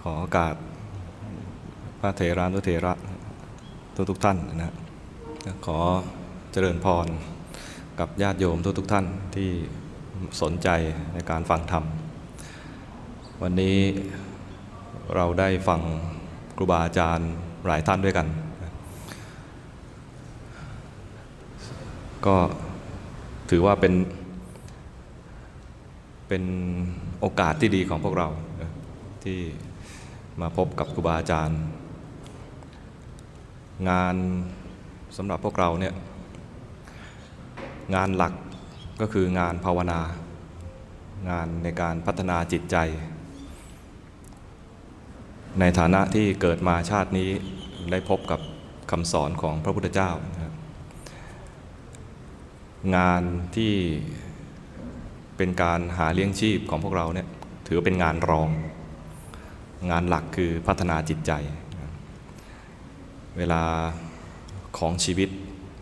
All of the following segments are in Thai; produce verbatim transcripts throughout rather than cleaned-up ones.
ขอโอกาสพระเถรานุเถระทุกทุกท่านนะขอเจริญพรกับญาติโยมทุกทุกท่านที่สนใจในการฟังธรรมวันนี้เราได้ฟังครูบาอาจารย์หลายท่านด้วยกันก็ถือว่าเป็นเป็นโอกาสที่ดีของพวกเราที่มาพบกับครูบาอาจารย์งานสำหรับพวกเราเนี่ยงานหลักก็คืองานภาวนางานในการพัฒนาจิตใจในฐานะที่เกิดมาชาตินี้ได้พบกับคำสอนของพระพุทธเจ้างานที่เป็นการหาเลี้ยงชีพของพวกเราเนี่ยถือเป็นงานรองงานหลักคือพัฒนาจิตใจเวลาของชีวิต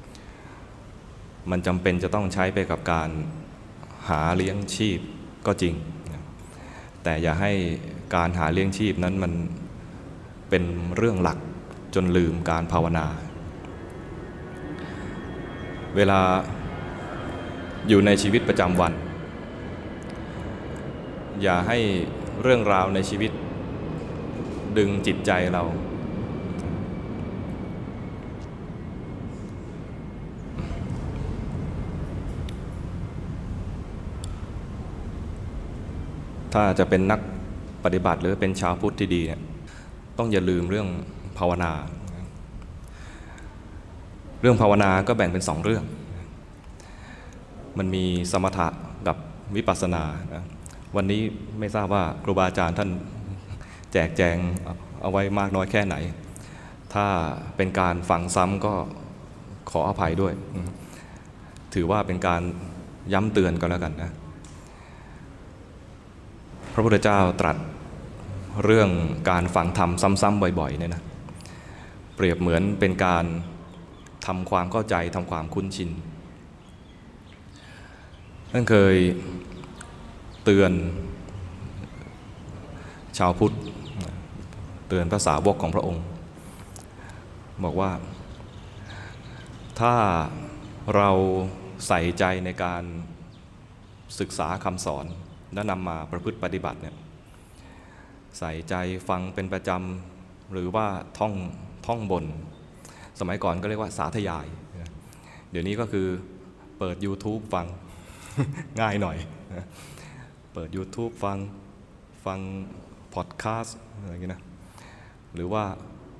มันจำเป็นจะต้องใช้ไปกับการหาเลี้ยงชีพก็จริงแต่อย่าให้การหาเลี้ยงชีพนั้นมันเป็นเรื่องหลักจนลืมการภาวนาเวลาอยู่ในชีวิตประจำวันอย่าให้เรื่องราวในชีวิตดึงจิตใจเราถ้าจะเป็นนักปฏิบัติหรือเป็นชาวพุทธที่ดีเนี่ยต้องอย่าลืมเรื่องภาวนาเรื่องภาวนาก็แบ่งเป็นสองเรื่องมันมีสมถะกับวิปัสสนาวันนี้ไม่ทราบว่าครูบาอาจารย์ท่านแจกแจงเอาไว้มากน้อยแค่ไหนถ้าเป็นการฟังซ้ำก็ขออภัยด้วยถือว่าเป็นการย้ำเตือนก็แล้วกันนะพระพุทธเจ้าตรัสเรื่องการฟังธรรมซ้ำๆบ่อยๆเนี่ยนะเปรียบเหมือนเป็นการทำความเข้าใจทำความคุ้นชินท่านเคยเตือนชาวพุทธเตือนพระสาวกของพระองค์บอกว่าถ้าเราใส่ใจในการศึกษาคำสอนและนำมาประพฤติปฏิบัติเนี่ยใส่ใจฟังเป็นประจำหรือว่าท่องท่องบนสมัยก่อนก็เรียกว่าสาธยายเดี๋ยวนี้ก็คือเปิด YouTube ฟัง ง่ายหน่อยเปิด YouTube ฟังฟังพอดคาสต์อะไรอย่างนี้นะหรือว่า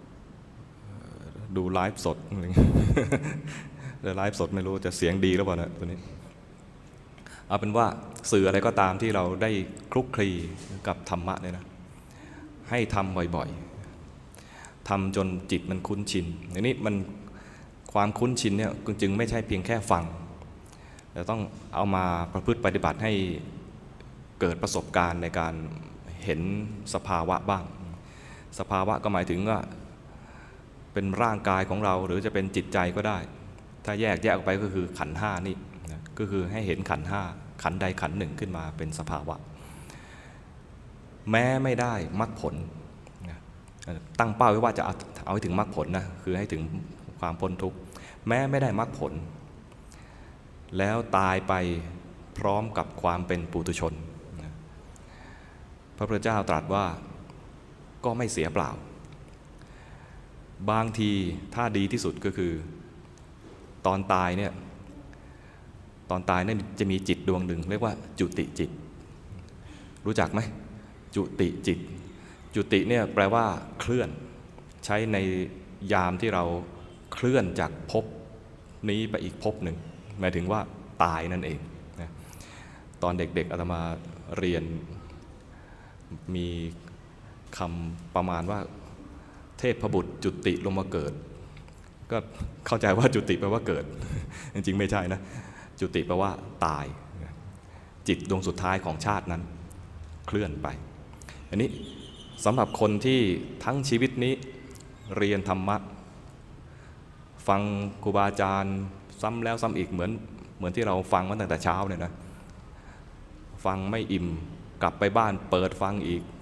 ดูไลฟ์สดอะไรอย่างนี้แต่ไลฟ์สดไม่รู้จะเสียงดีหรือเปล่านะตัวนี้เอาเป็นว่าสื่ออะไรก็ตามที่เราได้คลุกคลีกับธรรมะเนี่ยนะให้ทำบ่อยๆทำจนจิตมันคุ้นชินอย่างนี้มันความคุ้นชินเนี่ยจึงไม่ใช่เพียงแค่ฟังแต่ต้องเอามาประพฤติปฏิบัติให้เกิดประสบการณ์ในการเห็นสภาวะบ้างสภาวะก็หมายถึงว่าเป็นร่างกายของเราหรือจะเป็นจิตใจก็ได้ถ้าแยกแยกออกไปก็คือขันธ์ห้านี่ก็คือให้เห็นขันธ์ห้าขันธ์ใดขันธ์หนึ่งขึ้นมาเป็นสภาวะแม้ไม่ได้มรรคผลตั้งเป้าไว้ว่าจะเอาให้ถึงมรรคผลนะคือให้ถึงความพ้นทุกข์แม้ไม่ได้มรรคผลแล้วตายไปพร้อมกับความเป็นปุถุชนพระพุทธเจ้าตรัสว่าก็ไม่เสียเปล่าบางทีถ้าดีที่สุดก็คือตอนตายเนี่ยตอนตายเนี่ยจะมีจิตดวงหนึ่งเรียกว่าจุติจิตรู้จักไหมจุติจิตจุติเนี่ยแปลว่าเคลื่อนใช้ในยามที่เราเคลื่อนจากภพนี้ไปอีกภพหนึ่งหมายถึงว่าตายนั่นเองนะตอนเด็กๆอาตมาเรียนมีคำประมาณว่าเทพบุตรจุติลงมาเกิดก็เข้าใจว่าจุติแปลว่าเกิดจริงๆไม่ใช่นะจุติแปลว่าตายจิตดวงสุดท้ายของชาตินั้นเคลื่อนไปอันนี้สำหรับคนที่ทั้งชีวิตนี้เรียนธรรมะฟังครูบาอาจารย์ซ้ำแล้วซ้ำอีกเหมือนเหมือนที่เราฟังมาตั้งแต่เช้าเนี่ยนะฟังไม่อิ่มกลับไปบ้านเปิดฟังอีก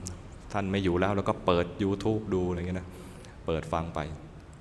ท่านไม่อยู่แล้วแล้วก็เปิด YouTube ดูอะไรเงี้ยนะเปิดฟังไป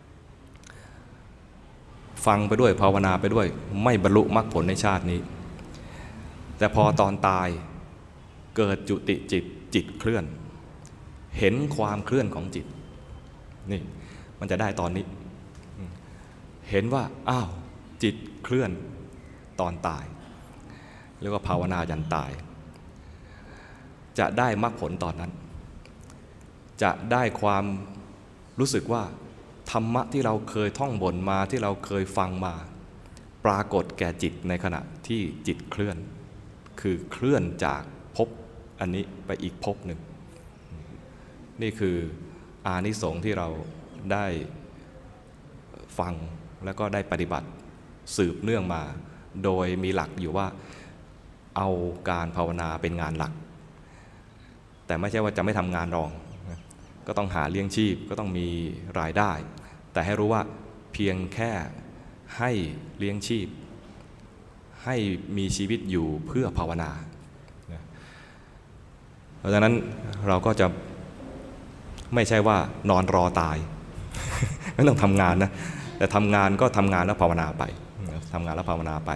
ฟังไปด้วยภาวนาไปด้วยไม่บรรลุมรรคผลในชาตินี้แต่พอตอนตายเกิดจุติจิตจิตเคลื่อนเห็นความเคลื่อนของจิตนี่มันจะได้ตอนนี้เห็นว่าอ้าวจิตเคลื่อนตอนตายแล้วก็ภาวนายันตายจะได้มรรคผลตอนนั้นจะได้ความรู้สึกว่าธรรมะที่เราเคยท่องบนมาที่เราเคยฟังมาปรากฏแก่จิตในขณะที่จิตเคลื่อนคือเคลื่อนจากภพอันนี้ไปอีกภพหนึ่งนี่คืออานิสงส์ที่เราได้ฟังแล้วก็ได้ปฏิบัติสืบเนื่องมาโดยมีหลักอยู่ว่าเอาการภาวนาเป็นงานหลักแต่ไม่ใช่ว่าจะไม่ทำงานรองก็ต้องหาเลี้ยงชีพก็ต้องมีรายได้แต่ให้รู้ว่าเพียงแค่ให้เลี้ยงชีพให้มีชีวิตอยู่เพื่อภาวนาเพราะฉะนั้นเราก็จะไม่ใช่ว่านอนรอตายไม่ต้องทำงานนะแต่ทำงานก็ทำงานแล้วภาวนาไปทำงานแล้วภาวนาไป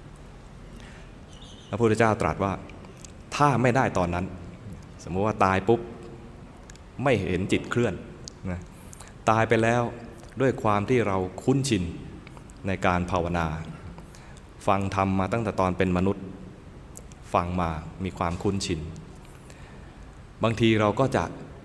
พระพุทธเจ้าตรัสว่าถ้าไม่ได้ตอนนั้นสมมติว่าตายปุ๊บไม่เห็นจิตเคลื่อนนะตายไปแล้วด้วยความที่เราคุ้นชินในการภาวนาฟังธรรมมาตั้งแต่ตอนเป็นมนุษย์ฟังมามีความคุ้นชินบางทีเราก็จะ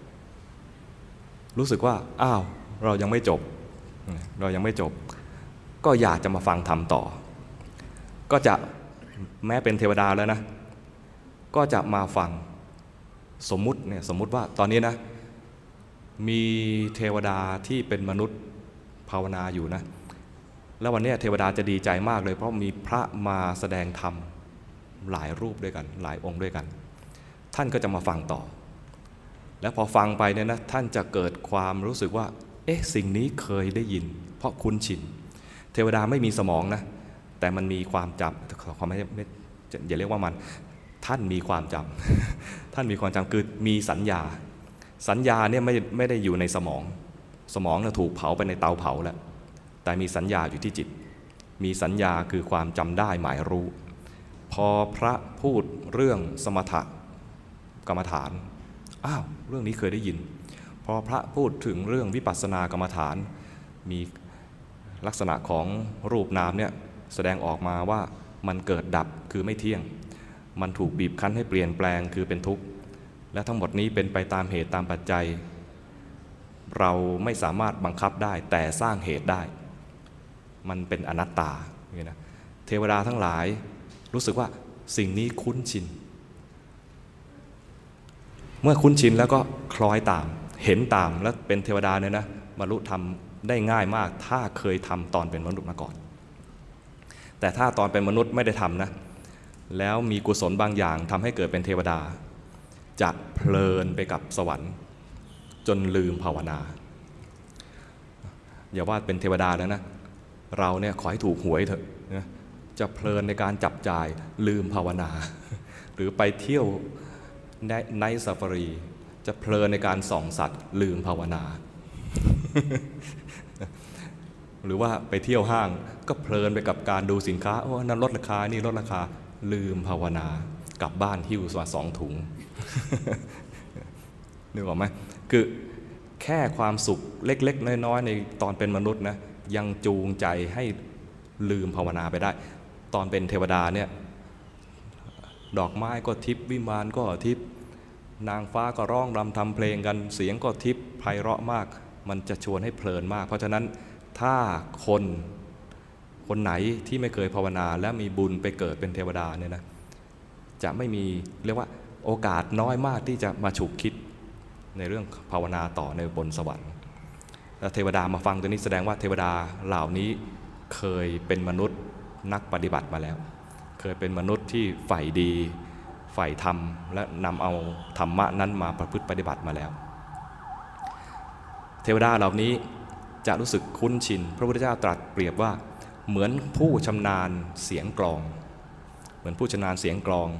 รู้สึกว่าอ้าวเรายังไม่จบเรายังไม่จบก็อยากจะมาฟังธรรมต่อก็จะแม้เป็นเทวดาแล้วนะก็จะมาฟังสมมุติเนี่ยสมมุติว่าตอนนี้นะมีเทวดาที่เป็นมนุษย์ภาวนาอยู่นะแล้ววันนี้เทวดาจะดีใจมากเลยเพราะมีพระมาแสดงธรรมหลายรูปด้วยกันหลายองค์ด้วยกันท่านก็จะมาฟังต่อแล้วพอฟังไปเนี่ยนะท่านจะเกิดความรู้สึกว่าเอ๊ะสิ่งนี้เคยได้ยินเพราะคุ้นชินเทวดาไม่มีสมองนะแต่มันมีความจำความไม่ไม่อย่าเรียกว่ามันท่านมีความจำท่านมีความจำคือมีสัญญาสัญญาเนี่ยไม่ไม่ได้อยู่ในสมองสมองเนี่ยถูกเผาไปในเตาเผาแล้วแต่มีสัญญาอยู่ที่จิตมีสัญญาคือความจำได้หมายรู้พอพระพูดเรื่องสมถกรรมฐานอ้าวเรื่องนี้เคยได้ยินพอพระพูดถึงเรื่องวิปัสสนากรรมฐานมีลักษณะของรูปนามเนี่ยแสดงออกมาว่ามันเกิดดับคือไม่เที่ยงมันถูกบีบคั้นให้เปลี่ยนแปลงคือเป็นทุกข์และทั้งหมดนี้เป็นไปตามเหตุตามปัจจัยเราไม่สามารถบังคับได้แต่สร้างเหตุได้มันเป็นอนัตตาอย่างนี้นะเทวดาทั้งหลายรู้สึกว่าสิ่งนี้คุ้นชินเมื่อคุ้นชินแล้วก็คล้อยตามเห็นตามแล้วเป็นเทวดาเนี่ยนะบรรลุธรรมได้ง่ายมากถ้าเคยทำตอนเป็นมนุษย์มาก่อนแต่ถ้าตอนเป็นมนุษย์ไม่ได้ทำนะแล้วมีกุศลบางอย่างทำให้เกิดเป็นเทวดาจะเพลินไปกับสวรรค์จนลืมภาวนาอย่าว่าเป็นเทวดาแล้วนะเราเนี่ยขอให้ถูกหวยเถอะนะจะเพลินในการจับจ่ายลืมภาวนาหรือไปเที่ยวไนท์ซาฟารีจะเพลินในการส่องสัตว์ลืมภาวนา หรือว่าไปเที่ยวห้างก็เพลินไปกับการดูสินค้าโอ้นั่นลดราคานี่ลดราคาลืมภาวนากลับบ้านหิ้วสว่าสองถุง นึกออกไหมคือแค่ความสุขเล็กๆน้อยๆในตอนเป็นมนุษย์นะยังจูงใจให้ลืมภาวนาไปได้ตอนเป็นเทวดาเนี่ยดอกไม้ก็ทิพย์วิมานก็ทิพย์นางฟ้าก็ร้องรำทำเพลงกันเสียงก็ทิพย์ไพเราะมากมันจะชวนให้เพลินมากเพราะฉะนั้นถ้าคนคนไหนที่ไม่เคยภาวนาและมีบุญไปเกิดเป็นเทวดาเนี่ยนะจะไม่มีเรียกว่าโอกาสน้อยมากที่จะมาฉุกคิดในเรื่องภาวนาต่อในบนสวรรค์แล้วเทวดามาฟังตัวนี้แสดงว่าเทวดาเหล่านี้เคยเป็นมนุษย์นักปฏิบัติมาแล้วเคยเป็นมนุษย์ที่ใฝ่ดีใฝ่ธรรมและนำเอาธรรมะนั้นมาประพฤติปฏิบัติมาแล้วเทวดาเหล่านี้จะรู้สึกคุ้นชินพระพุทธเจ้าตรัสเปรียบว่าเหมือนผู้ชำนาญเสียงกลองเหมือนผู้ชำนาญเสียงกลอง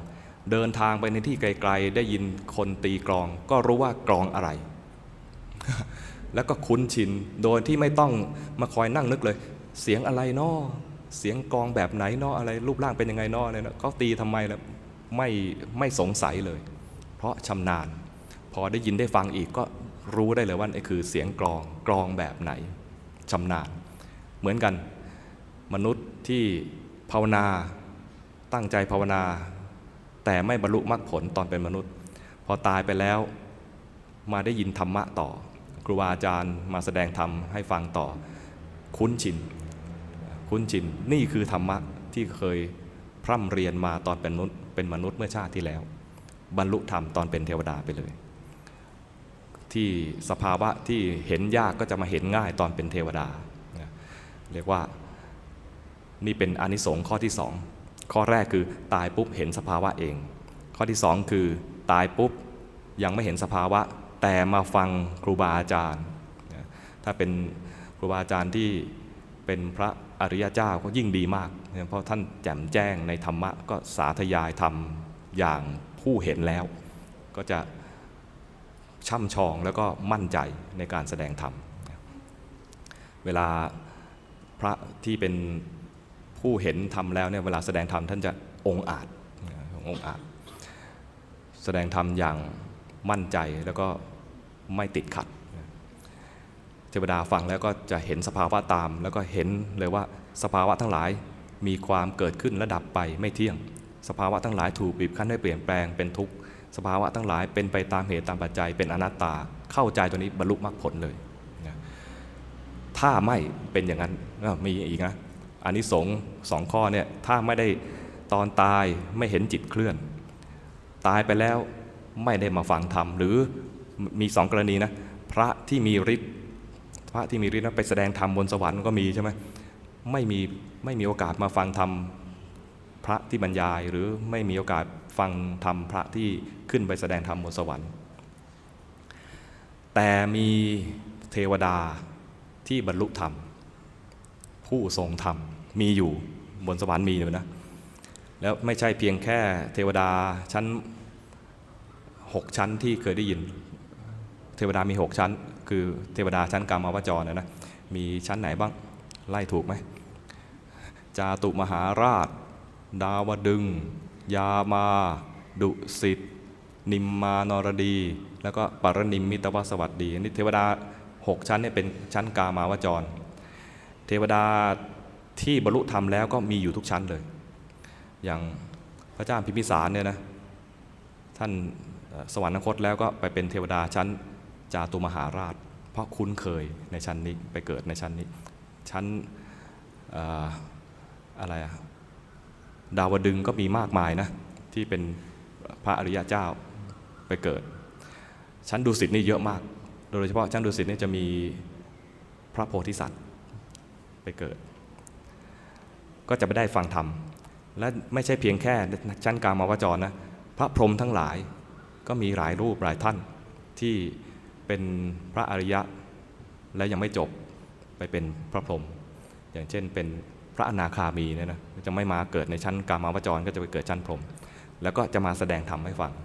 เดินทางไปในที่ไกลๆได้ยินคนตีกลองก็รู้ว่ากลองอะไร แล้วก็คุ้นชินโดยที่ไม่ต้องมาคอยนั่งนึกเลยเสียงอะไรน้อเสียงกลองแบบไหนน้ออะไรรูปร่างเป็นยังไงน้ออะไรนะก็ตีทำไมแล้วไม่ไม่สงสัยเลยเพราะชำนาญพอได้ยินได้ฟังอีกก็รู้ได้เลยว่าไอ้คือเสียงกลองกลองแบบไหนชำนาญเหมือนกันมนุษย์ที่ภาวนาตั้งใจภาวนาแต่ไม่บรรลุมรรคผลตอนเป็นมนุษย์พอตายไปแล้วมาได้ยินธรรมะต่อครูบาอาจารย์มาแสดงธรรมให้ฟังต่อคุ้นชินคุ้นชินนี่คือธรรมะที่เคยพร่ำเรียนมาตอนเป็นมนุษย์เป็นมนุษย์เมื่อชาติที่แล้วบรรลุธรรมตอนเป็นเทวดาไปเลยที่สภาวะที่เห็นยากก็จะมาเห็นง่ายตอนเป็นเทวดาเรียกว่านี่เป็นอานิสงส์ข้อที่สองข้อแรกคือตายปุ๊บเห็นสภาวะเองข้อที่สองคือตายปุ๊บยังไม่เห็นสภาวะแต่มาฟังครูบาอาจารย์ถ้าเป็นครูบาอาจารย์ที่เป็นพระอริยเจ้าก็ยิ่งดีมากเพราะท่านแจ่มแจ้งในธรรมะก็สาธยายธรรมอย่างผู้เห็นแล้วก็จะช่ำชองแล้วก็มั่นใจในการแสดงธรรมเวลาพระที่เป็นผู้เห็นธรรมแล้วเนี่ยเวลาแสดงธรรมท่านจะองอาจองอาจแสดงธรรมอย่างมั่นใจแล้วก็ไม่ติดขัดเทวดาฟังแล้วก็จะเห็นสภาวะตามแล้วก็เห็นเลยว่าสภาวะทั้งหลายมีความเกิดขึ้นและดับไปไม่เที่ยงสภาวะทั้งหลายถูกบีบคั้นให้เปลี่ยนแปลงเป็นทุกข์สภาวะทั้งหลายเป็นไปตามเหตุตามปัจจัยเป็นอนัตตาเข้าใจตัวนี้บรรลุมรรคผลเลยถ้าไม่เป็นอย่างนั้นมีอีกนะอานิสงส์สองข้อเนี่ยถ้าไม่ได้ตอนตายไม่เห็นจิตเคลื่อนตายไปแล้วไม่ได้มาฟังธรรมหรือมีสองกรณีนะพระที่มีฤทธิ์พระที่มีฤทธิ์ไปแสดงธรรมบนสวรรค์ก็มีใช่ไหมไม่มีไม่มีโอกาสมาฟังธรรมพระที่บรรยายหรือไม่มีโอกาสฟังธรรมพระที่ขึ้นไปแสดงธรรมบนสวรรค์แต่มีเทวดาที่บรรลุธรรมผู้ทรงธรรมมีอยู่บนสวรรค์มีอยู่นะแล้วไม่ใช่เพียงแค่เทวดาชั้นหกชั้นที่เคยได้ยินเทวดามีหกชั้นคือเทวดาชั้นกามาวจรนะนะมีชั้นไหนบ้างไล่ถูกไหมจาตุมหาราชดาวดึงยามาดุสิตนิมมานรดีแล้วก็ปรนิมมิตวสวัสดีนี่เทวดาหกชั้นเนี่ยเป็นชั้นกามาวจรเทวดาที่บรรลุธรรมแล้วก็มีอยู่ทุกชั้นเลยอย่างพระเจ้าพิมพิสารเนี่ยนะท่านสวรรคตแล้วก็ไปเป็นเทวดาชั้นจาตุมหาราชเพราะคุ้นเคยในชั้นนี้ไปเกิดในชั้นนี้ชั้น อ, อะไรอะดาวดึงก็มีมากมายนะที่เป็นพระอริยเจ้าไปเกิดชั้นดุสิตนี่เยอะมากโดยเฉพาะชั้นดุสิตนี่จะมีพระโพธิสัตว์ไปเกิดก็จะไปได้ฟังธรรมและไม่ใช่เพียงแค่ชั้นกามาวจรนะพระพรหมทั้งหลายก็มีหลายรูปหลายท่านที่เป็นพระอริยะและยังไม่จบไปเป็นพระพรหมอย่างเช่นเป็นพระอนาคามีเนี่ยนะจะไม่มาเกิดในชั้นกามาวจรก็จะไปเกิดชั้นพรหมแล้วก็จะมาแสดงธรรมให้ฟัง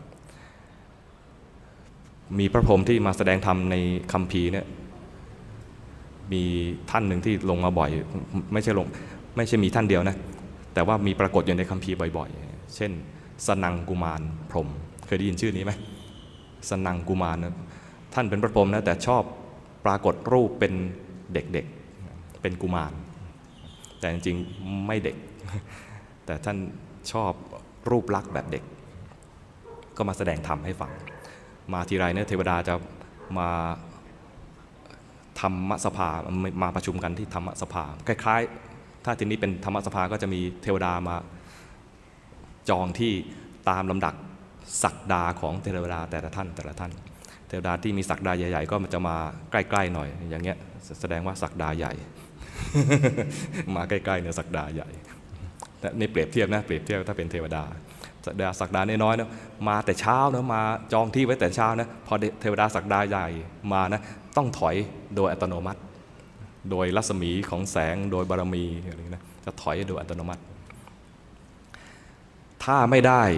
มีพระพรหมที่มาแสดงธรรมในคัมภีร์เนี่ยมีท่านหนึ่งที่ลงมาบ่อยไม่ใช่ลงไม่ใช่มีท่านเดียวนะแต่ว่ามีปรากฏอยู่ในคัมภีร์บ่อยๆเช่นสนังกุมารพรหมเคยได้ยินชื่อนี้ไหมสนังกุมารนะท่านเป็นพระพรหมนะแต่ชอบปรากฏรูปเป็นเด็กๆเป็นกุมารแต่จริงๆไม่เด็กแต่ท่านชอบรูปลักษณ์แบบเด็กก็มาแสดงธรรมให้ฟังมาทีไรเนี่ยเทวดาจะมาธรรมสภามาประชุมกันที่ธรรมสภาคล้ายๆถ้าทีนี้เป็นธรรมสภาก็จะมีเทวดามาจองที่ตามลำดับศักดาของเทวดาแต่ละท่านแต่ละท่านเทวดาที่มีศักดาใหญ่ๆก็จะมาใกล้ๆหน่อยอย่างเงี้ยแสดงว่าศักดาใหญ่ มาใกล้ๆเนี่ยศักดาใหญ่ในเปรียบเทียบนะเปรียบเทียบถ้าเป็นเทวดาศักดาศักดาน้อยๆนะมาแต่เช้านะมาจองที่ไว้แต่เช้านะพอเทวดาศักดาใหญ่มานะต้องถอยโดยอัตโนมัติโดยรัศมีของแสงโดยบารมีอะไรนะจะถอยโดยอัตโนมัติถ้าไม่ได้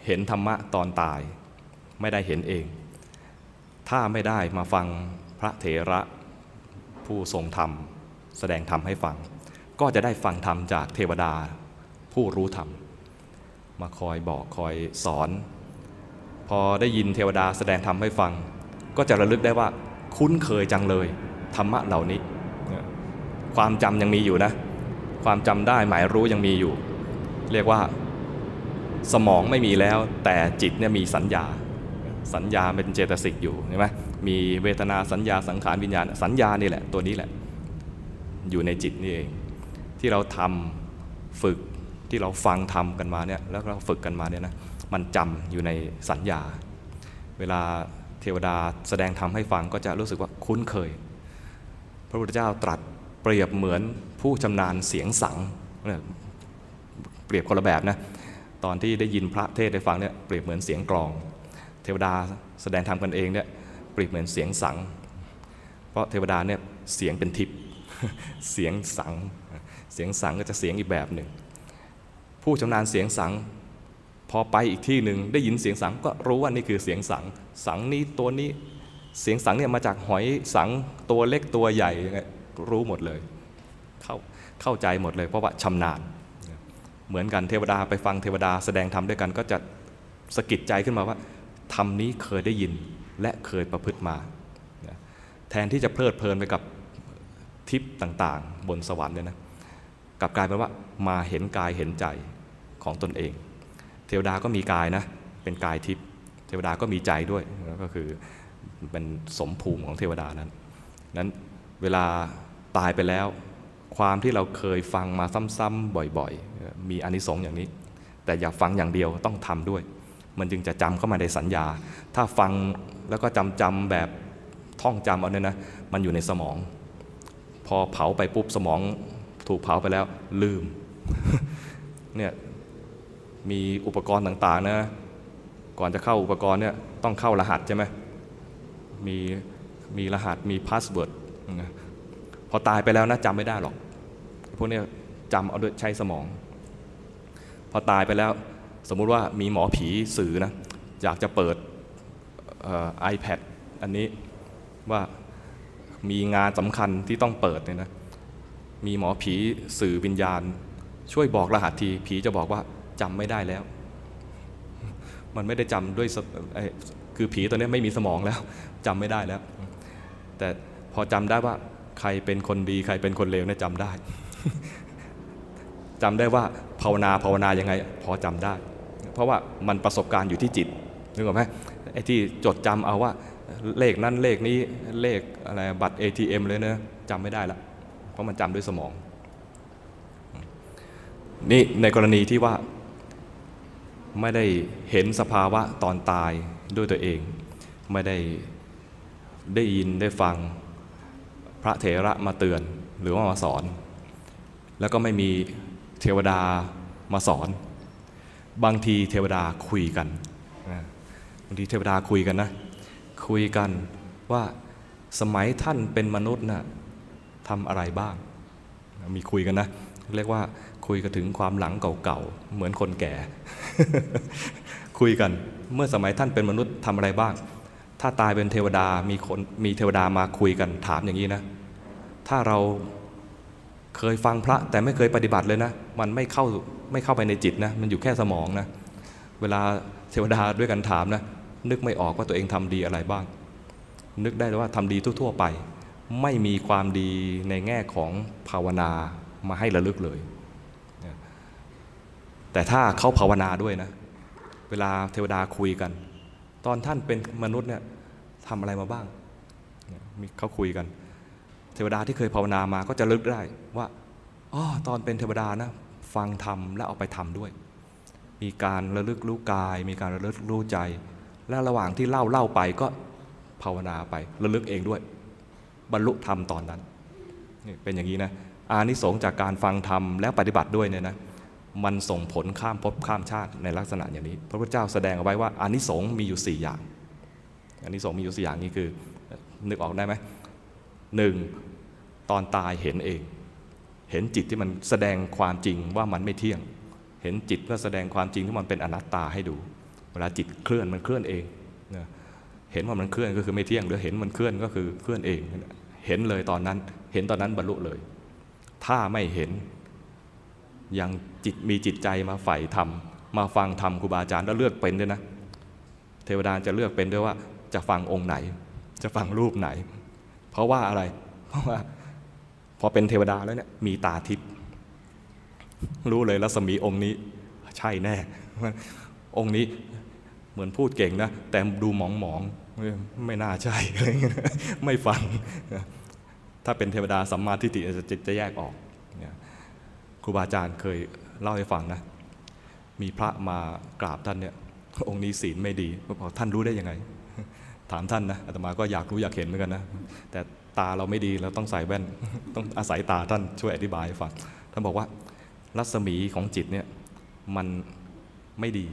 เห็นธรรมะตอนตายไม่ได้เห็นเอง ถ้าไม่ได้มาฟังพระเถระผู้ทรงธรรมแสดงธรรมให้ฟังก็จะได้ฟังธรรมจากเทวดาผู้รู้ธรรมมาคอยบอกคอยสอนพอได้ยินเทวดาแสดงธรรมให้ฟังก็จะระลึกได้ว่าคุ้นเคยจังเลยธรรมะเหล่านี้ความจำยังมีอยู่นะความจำได้หมายรู้ยังมีอยู่เรียกว่าสมองไม่มีแล้วแต่จิตเนี่ยมีสัญญาสัญญาเป็นเจตสิกอยู่ใช่ไหมมีเวทนาสัญญาสังขารวิญญาณสัญญานี่แหละตัวนี้แหละอยู่ในจิตนี่เองที่เราทำฝึกที่เราฟังทำกันมาเนี่ยแล้วเราฝึกกันมาเนี่ยนะมันจำอยู่ในสัญญาเวลาเทวดาแสดงธรรมให้ฟังก็จะรู้สึกว่าคุ้นเคยพระพุทธเจ้าตรัสเปรียบเหมือนผู้ชำนาญเสียงสังเปรียบคนละแบบนะตอนที่ได้ยินพระเทศได้ฟังเนี่ยเปรียบเหมือนเสียงกลองเทวดาแสดงธรรมกันเองเนี่ยเปรียบเหมือนเสียงสังเพราะเทวดาเนี่ยเสียงเป็นทิพย์เสียงสังเสียงสังก็จะเสียงอีกแบบหนึ่งผู้ชำนาญเสียงสังพอไปอีกที่หนึ่งได้ยินเสียงสังก็รู้ว่านี่คือเสียงสังสังนี้ตัวนี้เสียงสังเนี่ยมาจากหอยสังตัวเล็กตัวใหญ่รู้หมดเลยเข้าเข้าใจหมดเลยเพราะว่าชำนาญเหมือนกันเทวดาไปฟังเทวดาแสดงธรรมด้วยกันก็จะสะกิดใจขึ้นมาว่าธรรมนี้เคยได้ยินและเคยประพฤติมาแทนที่จะเพลิดเพลินไปกับทิพย์ต่างๆบนสวรรค์เนี่ยนะกลับกลายเป็นว่ามาเห็นกายเห็นใจของตนเองเทวดาก็มีกายนะเป็นกายทิพย์เทวดาก็มีใจด้วยก็คือเป็นสมภูมิของเทวดานั้นนั้นเวลาตายไปแล้วความที่เราเคยฟังมาซ้ำๆบ่อยๆมีอานิสงส์อย่างนี้แต่อย่าฟังอย่างเดียวต้องทำด้วยมันจึงจะจำเข้ามาในสัญญาถ้าฟังแล้วก็จำจำแบบท่องจำเอาเนี่ยนะมันอยู่ในสมองพอเผาไปปุ๊บสมองถูกเผาไปแล้วลืมเนี่ยมีอุปกรณ์ต่างๆนะก่อนจะเข้าอุปกรณ์เนี่ยต้องเข้ารหัสใช่ไหมมีมีรหัสมีพาสเวิร์ดพอตายไปแล้วนะจำไม่ได้หรอกพวกนี้จำเอาด้วยใช้สมองพอตายไปแล้วสมมุติว่ามีหมอผีสื่อนะอยากจะเปิดไอแพดอันนี้ว่ามีงานสำคัญที่ต้องเปิดเนี่ยนะมีหมอผีสื่อวิญญาณช่วยบอกรหัสทีผีจะบอกว่าจำไม่ได้แล้วมันไม่ได้จำด้วยคือผีตัวนี้ไม่มีสมองแล้วจำไม่ได้แล้วแต่พอจำได้ว่าใครเป็นคนดีใครเป็นคนเลวเนี่ยจำได้จำได้ว่าภาวนาภาวนายังไงพอจำได้เพราะว่ามันประสบการณ์อยู่ที่จิตนึกออกไหมไอ้ที่จดจำเอาว่าเลขนั้นเลขนี้เลขอะไรบัตร เอ ที เอ็ม เลยนะจำไม่ได้ละเพราะมันจำด้วยสมองนี่ในกรณีที่ว่าไม่ได้เห็นสภาวะตอนตายด้วยตัวเองไม่ได้ได้ยินได้ฟังพระเถระมาเตือนหรือว่ามาสอนแล้วก็ไม่มีเทวดามาสอนบางทีเทวดาคุยกันบางทีเทวดาคุยกันนะคุยกันว่าสมัยท่านเป็นมนุษย์น่ะทำอะไรบ้างมีคุยกันนะเรียกว่าคุยกันถึงความหลังเก่าๆเหมือนคนแก่ คุยกันเมื่อสมัยท่านเป็นมนุษย์ทำอะไรบ้างถ้าตายเป็นเทวดามีคนมีเทวดามาคุยกันถามอย่างนี้นะถ้าเราเคยฟังพระแต่ไม่เคยปฏิบัติเลยนะมันไม่เข้าไม่เข้าไปในจิตนะมันอยู่แค่สมองนะเวลาเทวดาด้วยกันถามนะนึกไม่ออกว่าตัวเองทำดีอะไรบ้างนึกได้ว่าทำดีทั่วๆไปไม่มีความดีในแง่ของภาวนามาให้ระลึกเลยแต่ถ้าเขาภาวนาด้วยนะเวลาเทวดาคุยกันตอนท่านเป็นมนุษย์เนี่ยทำอะไรมาบ้างมีเขาคุยกันเทวดาที่เคยภาวนามาก็จะลึกได้ว่าอ๋อตอนเป็นเทวดานะฟังธรรมแล้วเอาไปทำด้วยมีการระลึกรู้กายมีการระลึกรู้ใจและระหว่างที่เล่าเล่าไปก็ภาวนาไประลึกเองด้วยบรรลุธรรมตอนนั้นนี่เป็นอย่างนี้นะอานิสงส์จากการฟังธรรมแล้วปฏิบัติด้วยเนี่ยนะมันส่งผลข้ามภพข้ามชาติในลักษณะอย่างนี้พระพุทธเจ้าแสดงเอาไว้ว่าอานิสงส์มีอยู่สี่อย่างอานิสงส์มีอยู่สี่อย่างนี้คือนึกออกได้ไหมหนึ่งตอนตายเห็นเองเห็นจิตที่มันแสดงความจริงว่ามันไม่เที่ยงเห็นจิตเพื่อแสดงความจริงที่มันเป็นอนัตตาให้ดูเวลาจิตเคลื่อนมันเคลื่อนเองนะเห็นว่ามันเคลื่อนก็คือไม่เที่ยงหรือเห็นมันเคลื่อนก็คือเคลื่อนเองเห็นเลยตอนนั้นเห็นตอนนั้นบรรลุเลยถ้าไม่เห็นยังจิตมีจิตใจมาใฝ่ธรรมมาฟังธรรมครูบาอาจารย์แล้วเลือกเป็นด้วยนะเทวดาจะเลือกเป็นด้วยว่าจะฟังองค์ไหนจะฟังรูปไหนเพราะว่าอะไรเพราะว่าพอเป็นเทวดาแล้วเนี่ยมีตาทิพย์รู้เลยรัศมีองค์นี้ใช่แน่องค์นี้เหมือนพูดเก่งนะแต่ดูหมองหมองไม่น่าใช่อะไรเงี้ยไม่ฟังถ้าเป็นเทวดาสัมมาทิฏฐิจะจะแยกออกครูบาอาจารย์เคยเล่าให้ฟังนะมีพระมากราบท่านเนี่ยองค์นี้ศีลไม่ดีบอกท่านรู้ได้ยังไงถามท่านนะอาตมาก็อยากรู้อยากเห็นเหมือนกันนะแต่ตาเราไม่ดีเราต้องใส่แว่นต้องอาศัยตาท่านช่วยอธิบายให้ฟังท่านบอกว่ารัศมีของจิตเนี่ยมันไม่ดี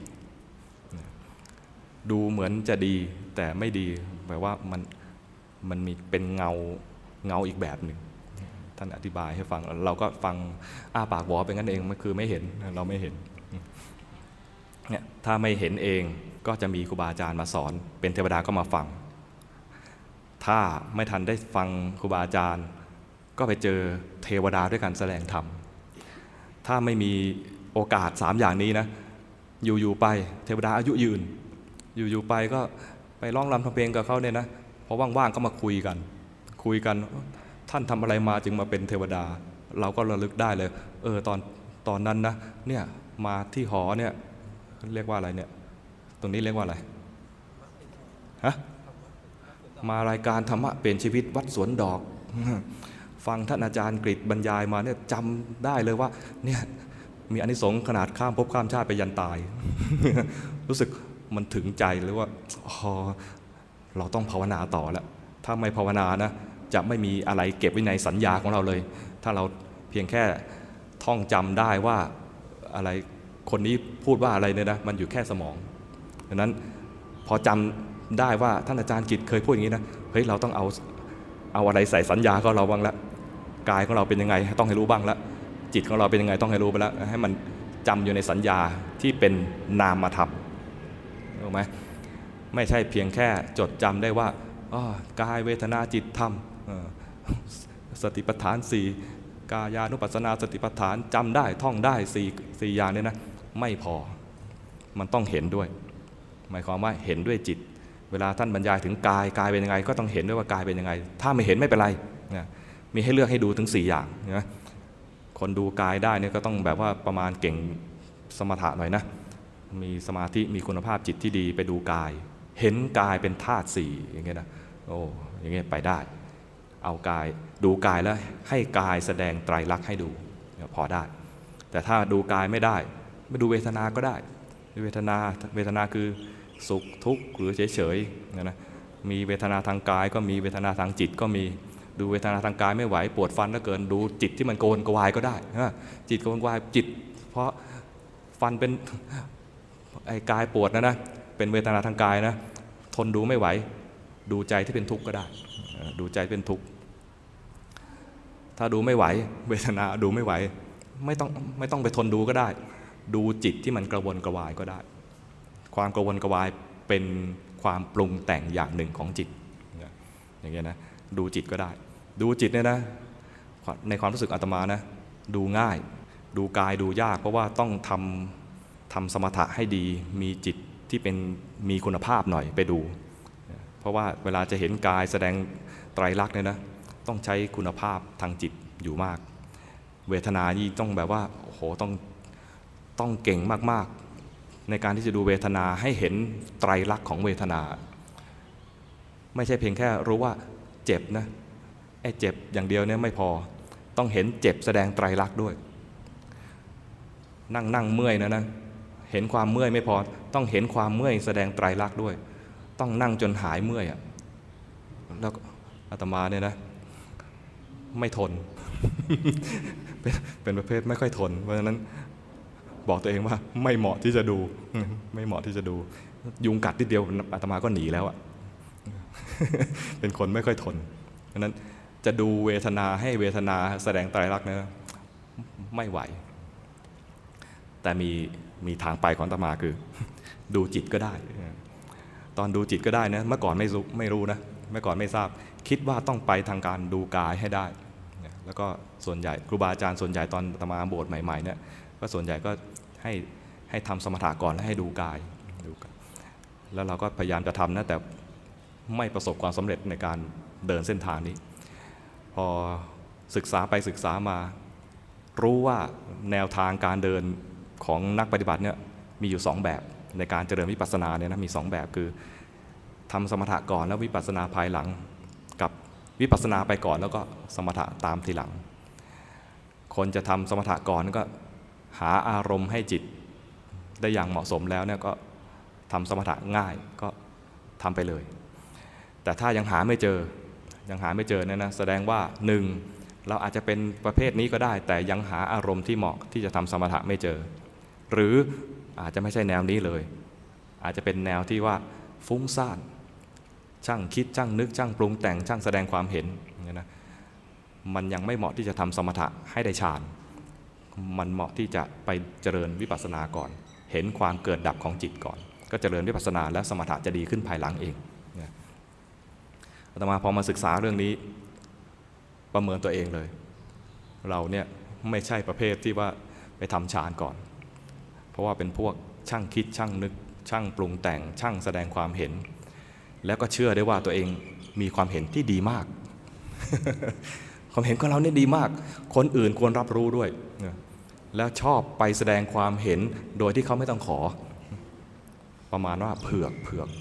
ดูเหมือนจะดีแต่ไม่ดีแปลว่ามันมันมีเป็นเงาเงาอีกแบบหนึ่งท่านอธิบายให้ฟังเราก็ฟังอ้าปากบอกเป็นงั้นเองมันคือไม่เห็นเราไม่เห็นเนี่ยถ้าไม่เห็นเองก็จะมีครูบาอาจารย์มาสอนเป็นเทวดาก็มาฟังถ้าไม่ทันได้ฟังครูบาอาจารย์ก็ไปเจอเทวดาด้วยการแสดงธรรมถ้าไม่มีโอกาสสามอย่างนี้นะอยู่ๆไปเทวดาอายุยืนอยู่ๆไปก็ไปร้องรำทำเพลงกับเขาเนี่ยนะพอว่างๆก็มาคุยกันคุยกันท่านทำอะไรมาจึงมาเป็นเทวดาเราก็ระลึกได้เลยเออตอนตอนนั้นนะเนี่ยมาที่หอเนี่ยเรียกว่าอะไรเนี่ยตรงนี้เรียกว่าอะไรฮะมารายการธรรมะเปลี่ยนชีวิตวัดสวนดอกฟังท่านอาจารย์กฤษบรรยายมาเนี่ยจำได้เลยว่าเนี่ยมีอานิสงส์ขนาดข้ามภพข้ามชาติไปยันตาย รู้สึกมันถึงใจเลยว่าอ๋อเราต้องภาวนาต่อแล้วถ้าไม่ภาวนานะจะไม่มีอะไรเก็บไว้ในสัญญาของเราเลยถ้าเราเพียงแค่ท่องจำได้ว่าอะไรคนนี้พูดว่าอะไรเนี่ยนะมันอยู่แค่สมองดังนั้นพอจำได้ว่าท่านอาจารย์กิตเคยพูดอย่างนี้นะเฮ้ยเราต้องเอาเอาอะไรใส่สัญญาของเราบ้างละกายของเราเป็นยังไงต้องให้รู้บ้างละจิตของเราเป็นยังไงต้องให้รู้ไปแล้วให้มันจำอยู่ในสัญญาที่เป็นนามธรรมถูกไหมไม่ใช่เพียงแค่จดจำได้ว่ากายเวทนาจิตธรรมสติปัฏฐานสี่กายานุปัสสนาสติปัฏฐานจำได้ท่องได้สี่สี่อย่างเนี่ยนะไม่พอมันต้องเห็นด้วยหมายความว่าเห็นด้วยจิตเวลาท่านบรรยายถึงกายกายเป็นยังไงก็ต้องเห็นด้วยว่ากายเป็นยังไงถ้าไม่เห็นไม่เป็นไรนะมีให้เลือกให้ดูถึงสี่อย่างนะคนดูกายได้เนี่ยก็ต้องแบบว่าประมาณเก่งสมถะหน่อยนะมีสมาธิมีคุณภาพจิตที่ดีไปดูกายเห็นกายเป็นธาตุสี่อย่างเงี้ยนะโอ้อย่างเงี้ยไปได้เอากายดูกายแล้วให้กายแสดงไตรลักษณ์ให้ดูพอได้แต่ถ้าดูกายไม่ได้ไม่ดูเวทนาก็ได้เวทนาเวทนาคือสุขทุกข์หรือเฉยๆนะนะมีเวทนาทางกายก็มีเวทนาทางจิตก็มีดูเวทนาทางกายไม่ไหวปวดฟันเหลือเกินดูจิตที่มันโกนกวายก็ได้จิตโกนกวายจิตเพราะฟันเป็นไอ้กายปวดนะนะเป็นเวทนาทางกายนะทนดูไม่ไหวดูใจที่เป็นทุกข์ก็ได้ดูใจเป็นทุกข์ถ้าดูไม่ไหวเวทนาดูไม่ไหวไม่ต้องไม่ต้องไปทนดูก็ได้ดูจิตที่มันกระวนกระวายก็ได้ความกระวนกระวายเป็นความปรุงแต่งอย่างหนึ่งของจิตอย่างเงี้ยนะดูจิตก็ได้ดูจิตเนี่ยนะในความรู้สึกอาตมานะดูง่ายดูกายดูยากเพราะว่าต้องทำทำสมถะให้ดีมีจิตที่เป็นมีคุณภาพหน่อยไปดูเพราะว่าเวลาจะเห็นกายแสดงไตรลักษณ์เนี่ยนะต้องใช้คุณภาพทางจิตอยู่มากเวทนานี่ต้องแบบว่าโอ้โหต้องต้องเก่งมากๆในการที่จะดูเวทนาให้เห็นไตรลักษณ์ของเวทนาไม่ใช่เพียงแค่รู้ว่าเจ็บนะไอ้เจ็บอย่างเดียวเนี่ยไม่พอต้องเห็นเจ็บแสดงไตรลักษณ์ด้วยนั่งนั่งเมื่อยนะนะเห็นความเมื่อยไม่พอต้องเห็นความเมื่อยแสดงไตรลักษณ์ด้วยต้องนั่งจนหายเมื่อยอ่ะแล้วอาตมาเนี่ยนะไม่ทน เป็นเป็นประเภทไม่ค่อยทนเพราะฉะนั้นบอกตัวเองว่าไม่เหมาะที่จะดูไม่เหมาะที่จะดูยุงกัดทีเดียวอาตมาก็หนีแล้วอ่ะ เป็นคนไม่ค่อยทนเพราะฉะนั้นจะดูเวทนาให้เวทนาแสดงไตรลักษณ์นะไม่ไหวแต่มีมีทางไปของอาตมาคือดูจิตก็ได้ตอนดูจิตก็ได้นะเมื่อก่อนไม่รู้ไม่รู้นะเมื่อก่อนไม่ทราบคิดว่าต้องไปทางการดูกายให้ได้แล้วก็ส่วนใหญ่ครูบาอาจารย์ส่วนใหญ่ตอนอาตมาบวชใหม่ๆเนี่ยก็ส่วนใหญ่ก็ให้ให้ทำสมถะก่อนแล้วให้ดูกายดูกายแล้วเราก็พยายามจะทำนะแต่ไม่ประสบความสำเร็จในการเดินเส้นทางนี้พอศึกษาไปศึกษามารู้ว่าแนวทางการเดินของนักปฏิบัติเนี่ยมีอยู่สองแบบในการเจริญวิปัสสนาเนี่ยนะมีสองแบบคือทำสมถะก่อนแล้ววิปัสสนาภายหลังกับวิปัสสนาไปก่อนแล้วก็สมถะตามทีหลังคนจะทำสมถะก่อนก็หาอารมณ์ให้จิตได้อย่างเหมาะสมแล้วเนี่ยก็ทำสมถะง่ายก็ทำไปเลยแต่ถ้ายังหาไม่เจอยังหาไม่เจอเนี่ยนะแสดงว่าหนึ่งเราอาจจะเป็นประเภทนี้ก็ได้แต่ยังหาอารมณ์ที่เหมาะที่จะทำสมถะไม่เจอหรืออาจจะไม่ใช่แนวนี้เลยอาจจะเป็นแนวที่ว่าฟุ้งซ่านช่างคิดช่างนึกช่างปรุงแต่งช่างแสดงความเห็นเนี่ยนะมันยังไม่เหมาะที่จะทำสมถะให้ได้ฌานมันเหมาะที่จะไปเจริญวิปัสสนาก่อนเห็นความเกิดดับของจิตก่อนก็เจริญวิปัสสนาแล้วสมถะจะดีขึ้นภายหลังเองอาตมาพอมาศึกษาเรื่องนี้ประเมินตัวเองเลยเราเนี่ยไม่ใช่ประเภทที่ว่าไปทำฌานก่อนเพราะว่าเป็นพวกช่างคิดช่างนึกช่างปรุงแต่งช่างแสดงความเห็นแล้วก็เชื่อได้ว่าตัวเองมีความเห็นที่ดีมาก ความเห็นของเราเนี่ยดีมากคนอื่นควรรับรู้ด้วยแล้วชอบไปแสดงความเห็นโดยที่เขาไม่ต้องขอประมาณว่าเผือกเผือก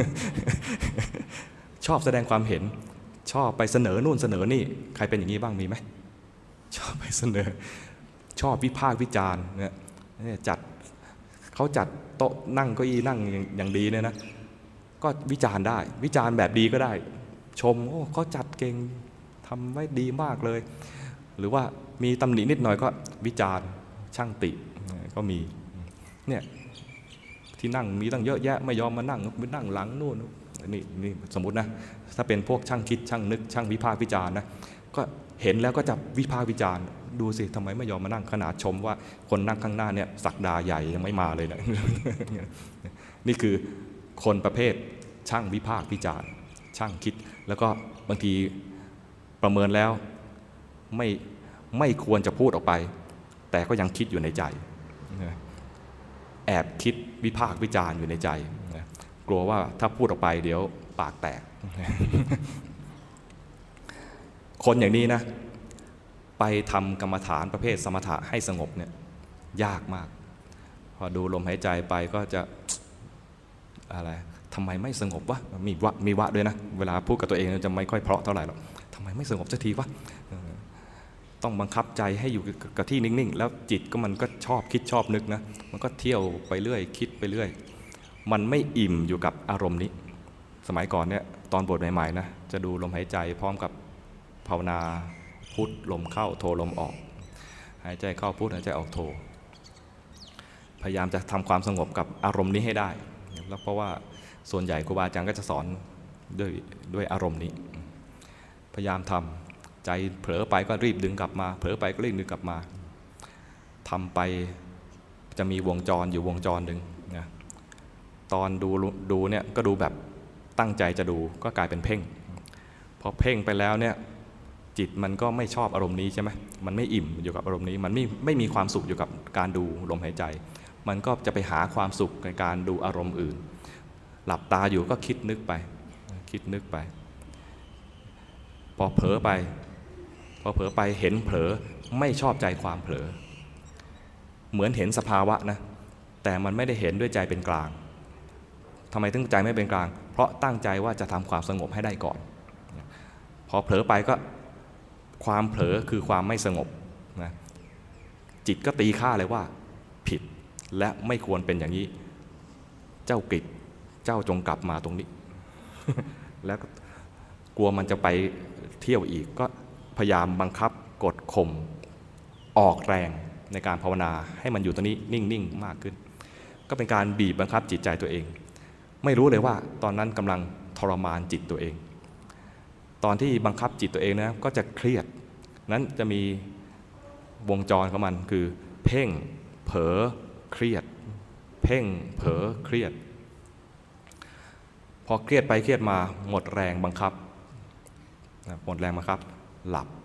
ชอบแสดงความเห็นชอบไปเสนอนู่นเสนอนี่ใครเป็นอย่างนี้บ้างมีไหมชอบไปเสนอชอบวิพากษ์วิจารณ์เนี่ยจัดเขาจัดโต๊ะนั่งเก้าอี้นั่งอย่างดีเนี่ยนะก็วิจารณ์ได้วิจารณ์แบบดีก็ได้ชมโอ้เขาจัดเก่งทำไว้ดีมากเลยหรือว่ามีตำหนินิดหน่อยก็วิจารณ์ช่างติก็มีเนี่ยที่นั่งมีตั้งเยอะแยะไม่ยอมมานั่งไปนั่งหลังนู่นนี่นี่สมมตินะถ้าเป็นพวกช่างคิดช่างนึกช่างวิพากษ์วิจารณ์นะก็เห็นแล้วก็จะวิพากษ์วิจารณ์ดูสิทำไมไม่ยอมมานั่งขนาดชมว่าคนนั่งข้างหน้าเนี่ยศักดาใหญ่ยังไม่มาเลยนะ นี่คือคนประเภทช่างวิพากษ์วิจารณ์ช่างคิดแล้วก็บางทีประเมินแล้วไม่ไม่ควรจะพูดออกไปแต่ก็ยังคิดอยู่ในใจแอบคิดวิพากษ์วิจารณ์อยู่ในใจกลัวว่าถ้าพูดออกไปเดี๋ยวปากแตก คนอย่างนี้นะไปทำกรรมฐานประเภทสมถะให้สงบเนี่ยยากมากพอดูลมหายใจไปก็จะอะไรทำไมไม่สงบวะมีวะมีวะด้วยนะเวลาพูดกับตัวเองจะไม่ค่อยเพราะเท่าไหร่หรอกทำไมไม่สงบสักทีวะต้องบังคับใจให้อยู่กับที่นิ่งๆแล้วจิตก็มันก็ชอบคิดชอบนึกนะมันก็เที่ยวไปเรื่อยคิดไปเรื่อยมันไม่อิ่มอยู่กับอารมณ์นี้สมัยก่อนเนี่ยตอนบวชใหม่ๆนะจะดูลมหายใจพร้อมกับภาวนาพุทลมเข้าโทลมออกหายใจเข้าพุทหายใจออกโทพยายามจะทำความสงบกับอารมณ์นี้ให้ได้แล้วเพราะว่าส่วนใหญ่ครูบาอาจารย์ก็จะสอนด้วยด้วยอารมณ์นี้พยายามทำใจเผลอไปก็รีบดึงกลับมาเผลอไปก็รีบดึงกลับมาทำไปจะมีวงจรอยู่วงจรหนึ่งนะตอนดูดูเนี่ยก็ดูแบบตั้งใจจะดูก็กลายเป็นเพ่งพอเพ่งไปแล้วเนี่ยจิตมันก็ไม่ชอบอารมณ์นี้ใช่ไหมมันไม่อิ่มอยู่กับอารมณ์นี้มันไม่ไม่มีความสุขอยู่กับการดูลมหายใจมันก็จะไปหาความสุขในการดูอารมณ์อื่นหลับตาอยู่ก็คิดนึกไปคิดนึกไปพอเผลอไปพอเผลอไปเห็นเผลอไม่ชอบใจความเผลอเหมือนเห็นสภาวะนะแต่มันไม่ได้เห็นด้วยใจเป็นกลางทำไมถึงใจไม่เป็นกลางเพราะตั้งใจว่าจะทำความสงบให้ได้ก่อนพอเผลอไปก็ความเผลอคือความไม่สงบนะจิตก็ตีค่าเลยว่าผิดและไม่ควรเป็นอย่างนี้เจ้ากิจเจ้าจงกลับมาตรงนี้ แล้วกลัวมันจะไปเที่ยวอีกก็พยายามบังคับกดข่มออกแรงในการภาวนาให้มันอยู่ตรงนี้นิ่งๆมากขึ้นก็เป็นการบีบบังคับจิตใจตัวเองไม่รู้เลยว่าตอนนั้นกำลังทรมานจิตตัวเองตอนที่บังคับจิตตัวเองนะก็จะเครียดนั้นจะมีวงจรของมันคือเพ่งเผลอเครียดเพ่งเผลอเครียดพอเครียดไปเครียดมาหมดแรงบังคับหมดแรงบังคับหลับ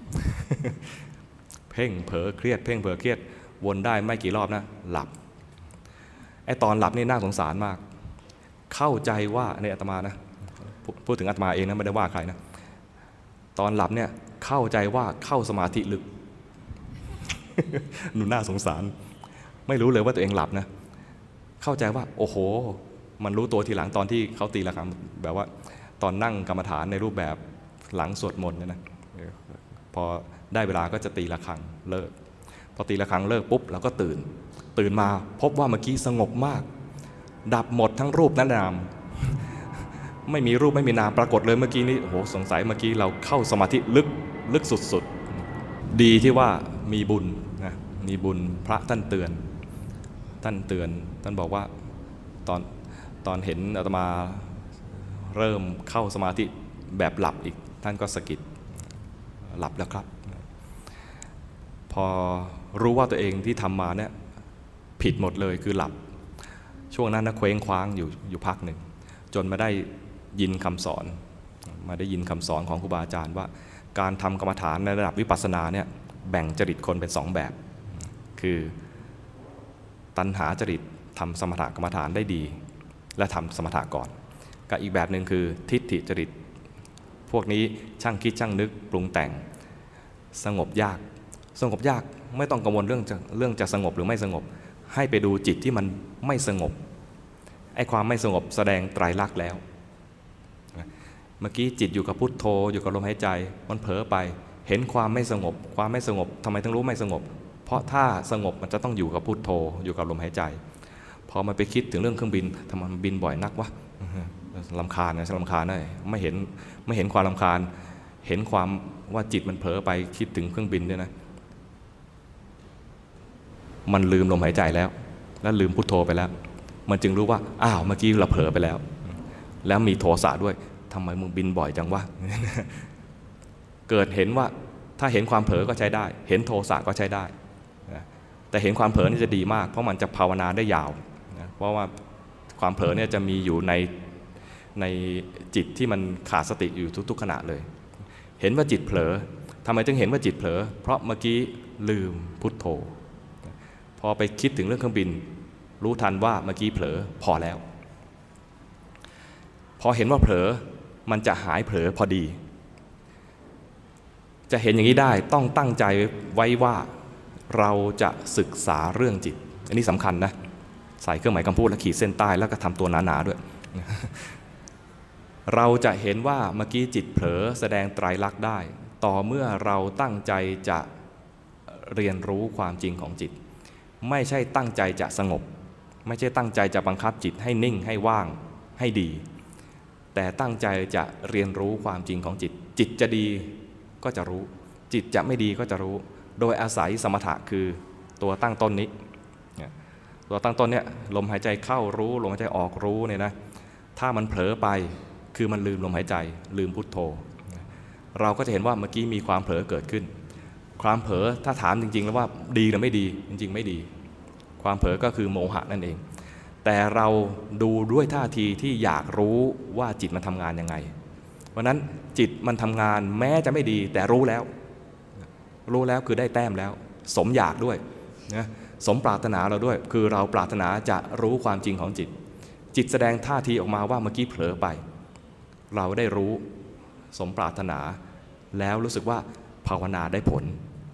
เพ่งเผลอเครียดเพ่งเผลอเครียดวนได้ไม่กี่รอบนะหลับไอ้ตอนหลับนี่น่าสงสารมากเข้าใจว่าในอาตมานะพูดถึงอาตมาเองนะไม่ได้ว่าใครนะตอนหลับเนี่ยเข้าใจว่าเข้าสมาธิลึก หนูน่าสงสารไม่รู้เลยว่าตัวเองหลับนะเข้าใจว่าโอ้โหมันรู้ตัวทีหลังตอนที่เขาตีระฆังแบบว่าตอนนั่งกรรมฐานในรูปแบบหลังสวดมนต์เนี่ยนะพอได้เวลาก็จะตีระฆังเลิกพอตีระฆังเลิกปุ๊บเราก็ตื่นตื่นมาพบว่าเมื่อกี้สงบมากดับหมดทั้งรูปและนามไม่มีรูปไม่มีนามปรากฏเลยเมื่อกี้นี้โอ้โหสงสัยเมื่อกี้เราเข้าสมาธิลึกลึกสุดๆดีที่ว่ามีบุญนะมีบุญพระท่านเตือนท่านเตือนท่านบอกว่าตอนตอนเห็นอาตมาเริ่มเข้าสมาธิแบบหลับอีกท่านก็สะกิดหลับแล้วครับพอรู้ว่าตัวเองที่ทำมาเนี่ยผิดหมดเลยคือหลับช่วงนั้นนะเคว้งคว้างอยู่อยู่พักหนึ่งจนมาได้ยินคำสอนมาได้ยินคำสอนของครูบาอาจารย์ว่าการทำกรรมฐานในระดับวิปัสสนาเนี่ยแบ่งจริตคนเป็นสองแบบคือตัณหาจริตทำสมถกรรมฐานได้ดีและทำสมถะก่อนกับอีกแบบหนึ่งคือทิฏฐิจริตพวกนี้ช่างคิดช่างนึกปรุงแต่งสงบยากสงบยากไม่ต้องกังวลเรื่องจะเรื่องจะสงบหรือไม่สงบให้ไปดูจิตที่มันไม่สงบไอ้ความไม่สงบแสดงไตรลักษณ์แล้วเมื่อกี้จิตอยู่กับพุทโธอยู่กับลมหายใจมันเผลอไปเห็นความไม่สงบความไม่สงบทำไมถึงรู้ไม่สงบเพราะถ้าสงบมันจะต้องอยู่กับพุทโธอยู่กับลมหายใจพอมันไปคิดถึงเรื่องเครื่องบินทำไมมันบินบ่อยนักวะรำคาญนะรำคาญนะไม่เห็นไม่เห็นความรำคาญเห็นความว่าจิตมันเผลอไปคิดถึงเครื่องบินเนี่ยนะมันลืมลมหายใจแล้วแล้วลืมพุทโธไปแล้วมันจึงรู้ว่าอ้าวเมื่อกี้เราเผลอไปแล้วแล้วมีโทสะด้วยทำไมมึงบินบ่อยจังวะ เกิดเห็นว่าถ้าเห็นความเผลอก็ใช้ได้เห็นโทสะก็ใช้ได้แต่เห็นความเผลอนี่จะดีมากเพราะมันจะภาวนาได้ยาวเพราะว่าความเผลอเนี่ยจะมีอยู่ในในจิตที่มันขาดสติอยู่ทุกๆขณะเลยเห็นว่าจิตเผลอทำไมถึงเห็นว่าจิตเผลอเพราะเมื่อกี้ลืมพุทโธพอไปคิดถึงเรื่องเครื่องบินรู้ทันว่าเมื่อกี้เผลอพอแล้วพอเห็นว่าเผลอมันจะหายเผลอพอดีจะเห็นอย่างนี้ได้ต้องตั้งใจไว้ว่าเราจะศึกษาเรื่องจิตอันนี้สำคัญนะใส่เครื่องหมายคำพูดและขีดเส้นใต้แล้วก็ทำตัวหนาๆด้วย เราจะเห็นว่าเมื่อกี้จิตเผลอแสดงไตรลักษณ์ได้ต่อเมื่อเราตั้งใจจะเรียนรู้ความจริงของจิตไม่ใช่ตั้งใจจะสงบไม่ใช่ตั้งใจจะบังคับจิตให้นิ่งให้ว่างให้ดีแต่ตั้งใจจะเรียนรู้ความจริงของจิตจิตจะดีก็จะรู้จิตจะไม่ดีก็จะรู้โดยอาศัยสมถะคือตัวตั้งต้นนี้ตัวตั้งต้นเนี่ยลมหายใจเข้ารู้ลมหายใจออกรู้เนี่ยนะถ้ามันเผลอไปคือมันลืมลมหายใจลืมพุทโธเราก็จะเห็นว่าเมื่อกี้มีความเผลอเกิดขึ้นความเผลอถ้าถามจริงๆแล้วว่าดีหรือไม่ดีจริงๆไม่ดีความเผลอก็คือโมหะนั่นเองแต่เราดูด้วยท่าทีที่อยากรู้ว่าจิตมันทำงานยังไงเพราะนั้นจิตมันทำงานแม้จะไม่ดีแต่รู้แล้วรู้แล้วคือได้แต้มแล้วสมอยากด้วยนะสมปรารถนาเราด้วยคือเราปรารถนาจะรู้ความจริงของจิตจิตแสดงท่าทีออกมาว่าเมื่อกี้เผลอไปเราได้รู้สมปรารถนาแล้วรู้สึกว่าภาวนาได้ผล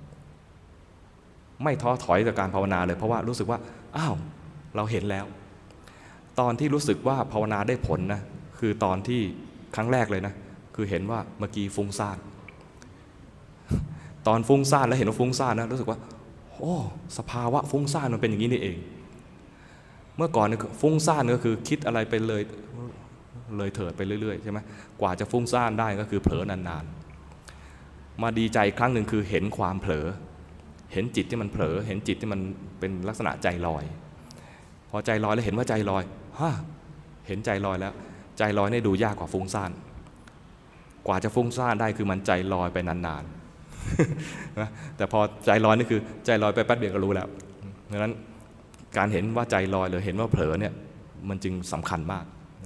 ไม่ท้อถอยจากการภาวนาเลยเพราะว่ารู้สึกว่าอ้าวเราเห็นแล้วตอนที่รู้สึกว่าภาวนาได้ผลนะคือตอนที่ครั้งแรกเลยนะคือเห็นว่าเมื่อกี้ฟุ้งซ่านตอนฟุ้งซ่านแล้วเห็นว่าฟุ้งซ่านนะรู้สึกว่าโอ้สภาวะฟุ้งซ่านมันเป็นอย่างนี้นี่เองเมื่อก่อนฟุ้งซ่านก็คือคิดอะไรไปเลยเลยเถิดไปเรื่อยๆใช่ไหมกว่าจะฟุ้งซ่านได้ก็คือเผลอนานๆมาดีใจครั้งหนึ่งคือเห็นความเผลอเห็นจิตที่มันเผลอเห็นจิตที่มันเป็นลักษณะใจลอยพอใจลอยแล้วเห็นว่าใจลอยฮ่าเห็นใจลอยแล้วใจลอยนี่ดูยากกว่าฟุ้งซ่านกว่าจะฟุ้งซ่านได้คือมันใจลอยไปนานๆนะแต่พอใจลอยนี่คือใจลอยไปแป๊บเดียวก็รู้แล้วดังนั้นการเห็นว่าใจลอยหรือเห็นว่าเผลอเนี่ยมันจึงสำคัญมากนะ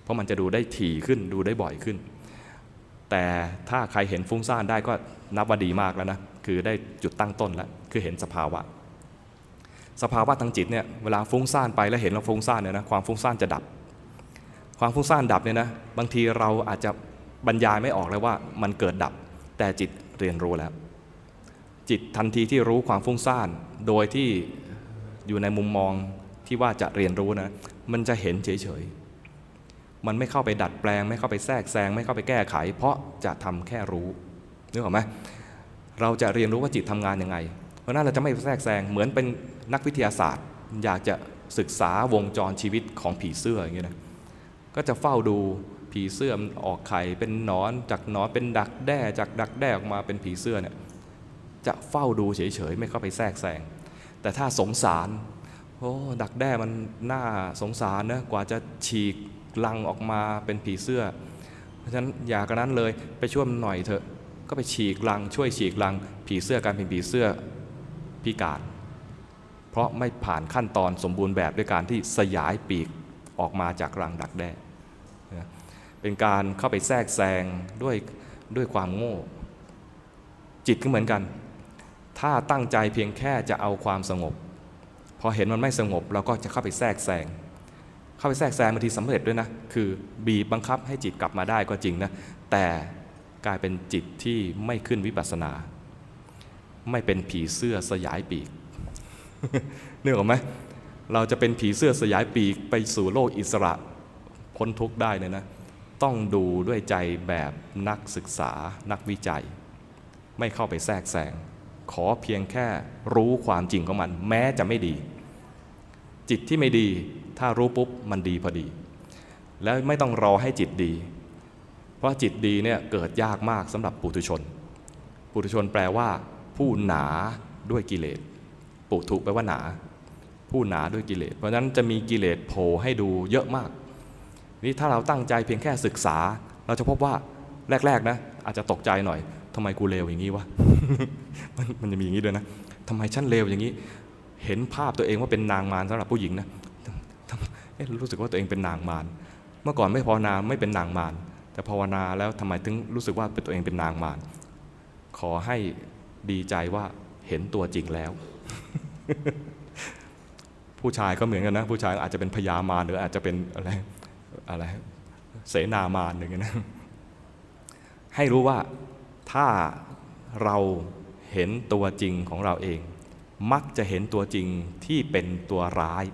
ราะมันจะดูได้ถี่ขึ้นดูได้บ่อยขึ้นแต่ถ้าใครเห็นฟุ้งซ่านได้ก็นับว่าดีมากแล้วนะคือได้จุดตั้งต้นแล้วคือเห็นสภาวะสภาวะทางจิตเนี่ยเวลาฟุ้งซ่านไปแล้วเห็นเราฟุ้งซ่านเนี่ยนะความฟุ้งซ่านจะดับความฟุ้งซ่านดับเนี่ยนะบางทีเราอาจจะบรรยายไม่ออกเลยว่ามันเกิดดับแต่จิตเรียนรู้แล้วจิตทันทีที่รู้ความฟุ้งซ่านโดยที่อยู่ในมุมมองที่ว่าจะเรียนรู้นะมันจะเห็นเฉยๆมันไม่เข้าไปดัดแปลงไม่เข้าไปแทรกแซงไม่เข้าไปแก้ไขเพราะจะทำแค่รู้นึกออกไหมเราจะเรียนรู้ว่าจิตทำงานยังไงเพราะนั้นเราจะไม่แทรกแซงเหมือนเป็นนักวิทยาศาสตร์อยากจะศึกษาวงจรชีวิตของผีเสื้ออย่างเงี้ยนะก็จะเฝ้าดูผีเสื้อมันออกไข่เป็นหนอนจากหนอนเป็นดักแด้จากดักแด้ออกมาเป็นผีเสื้อเนี่ยจะเฝ้าดูเฉยๆไม่เข้าไปแทรกแซงแต่ถ้าสงสารโอ้ดักแด้มันน่าสงสารนะกว่าจะฉีกรังออกมาเป็นผีเสื้อเพราะฉะนั้นอย่ากระนั้นเลยไปช่วยมันหน่อยเถอะก็ไปฉีกรังช่วยฉีกรังผีเสื้อการเป็นผีเสื้อพิการเพราะไม่ผ่านขั้นตอนสมบูรณ์แบบด้วยการที่สยายปีกออกมาจากรังดักแด้เป็นการเข้าไปแทรกแซงด้วยด้วยความโง่จิตก็เหมือนกันถ้าตั้งใจเพียงแค่จะเอาความสงบพอเห็นมันไม่สงบเราก็จะเข้าไปแทรกแซงเข้าไปแทรกแซงบางทีสำเร็จด้วยนะคือบีบบังคับให้จิตกลับมาได้ก็จริงนะแต่กลายเป็นจิตที่ไม่ขึ้นวิปัสสนาไม่เป็นผีเสื้อสยายปีกนึกออกไหมเราจะเป็นผีเสื้อสยายปีกไปสู่โลกอิสระพ้นทุกข์ได้เนี่ยนะต้องดูด้วยใจแบบนักศึกษานักวิจัยไม่เข้าไปแทรกแซงขอเพียงแค่รู้ความจริงของมันแม้จะไม่ดีจิตที่ไม่ดีถ้ารู้ปุ๊บมันดีพอดีแล้วไม่ต้องรอให้จิตดีเพราะจิตดีเนี่ยเกิดยากมากสำหรับปุถุชนปุถุชนแปลว่าผู้หนาด้วยกิเลสปุถุแปลว่าหนาผู้หนาด้วยกิเลสเพราะฉะนั้นจะมีกิเลสโผล่ให้ดูเยอะมากนี่ถ้าเราตั้งใจเพียงแค่ศึกษาเราจะพบว่าแรกๆนะอาจจะตกใจหน่อยทำไมกูเลวอย่างนี้วะ มันจะมีอย่างนี้ด้วยนะทำไมฉันเลวอย่างนี้เห็นภาพตัวเองว่าเป็นนางมารสำหรับผู้หญิงนะรู้สึกว่าตัวเองเป็นนางมารเมื่อก่อนไม่ภาวนาไม่เป็นนางมารแต่ภาวนาแล้วทำไมถึงรู้สึกว่าเป็นตัวเองเป็นนางมารขอให้ดีใจว่าเห็นตัวจริงแล้ว ผู้ชายก็เหมือนกันนะผู้ชายอาจจะเป็นพญามารหรืออาจจะเป็นอะไรอะไรเสนามารอย่างเงี้ยนะให้รู้ว่าถ้าเราเห็นตัวจริงของเราเองมักจะเห็นตัวจริงที่เป็นตัวร้าย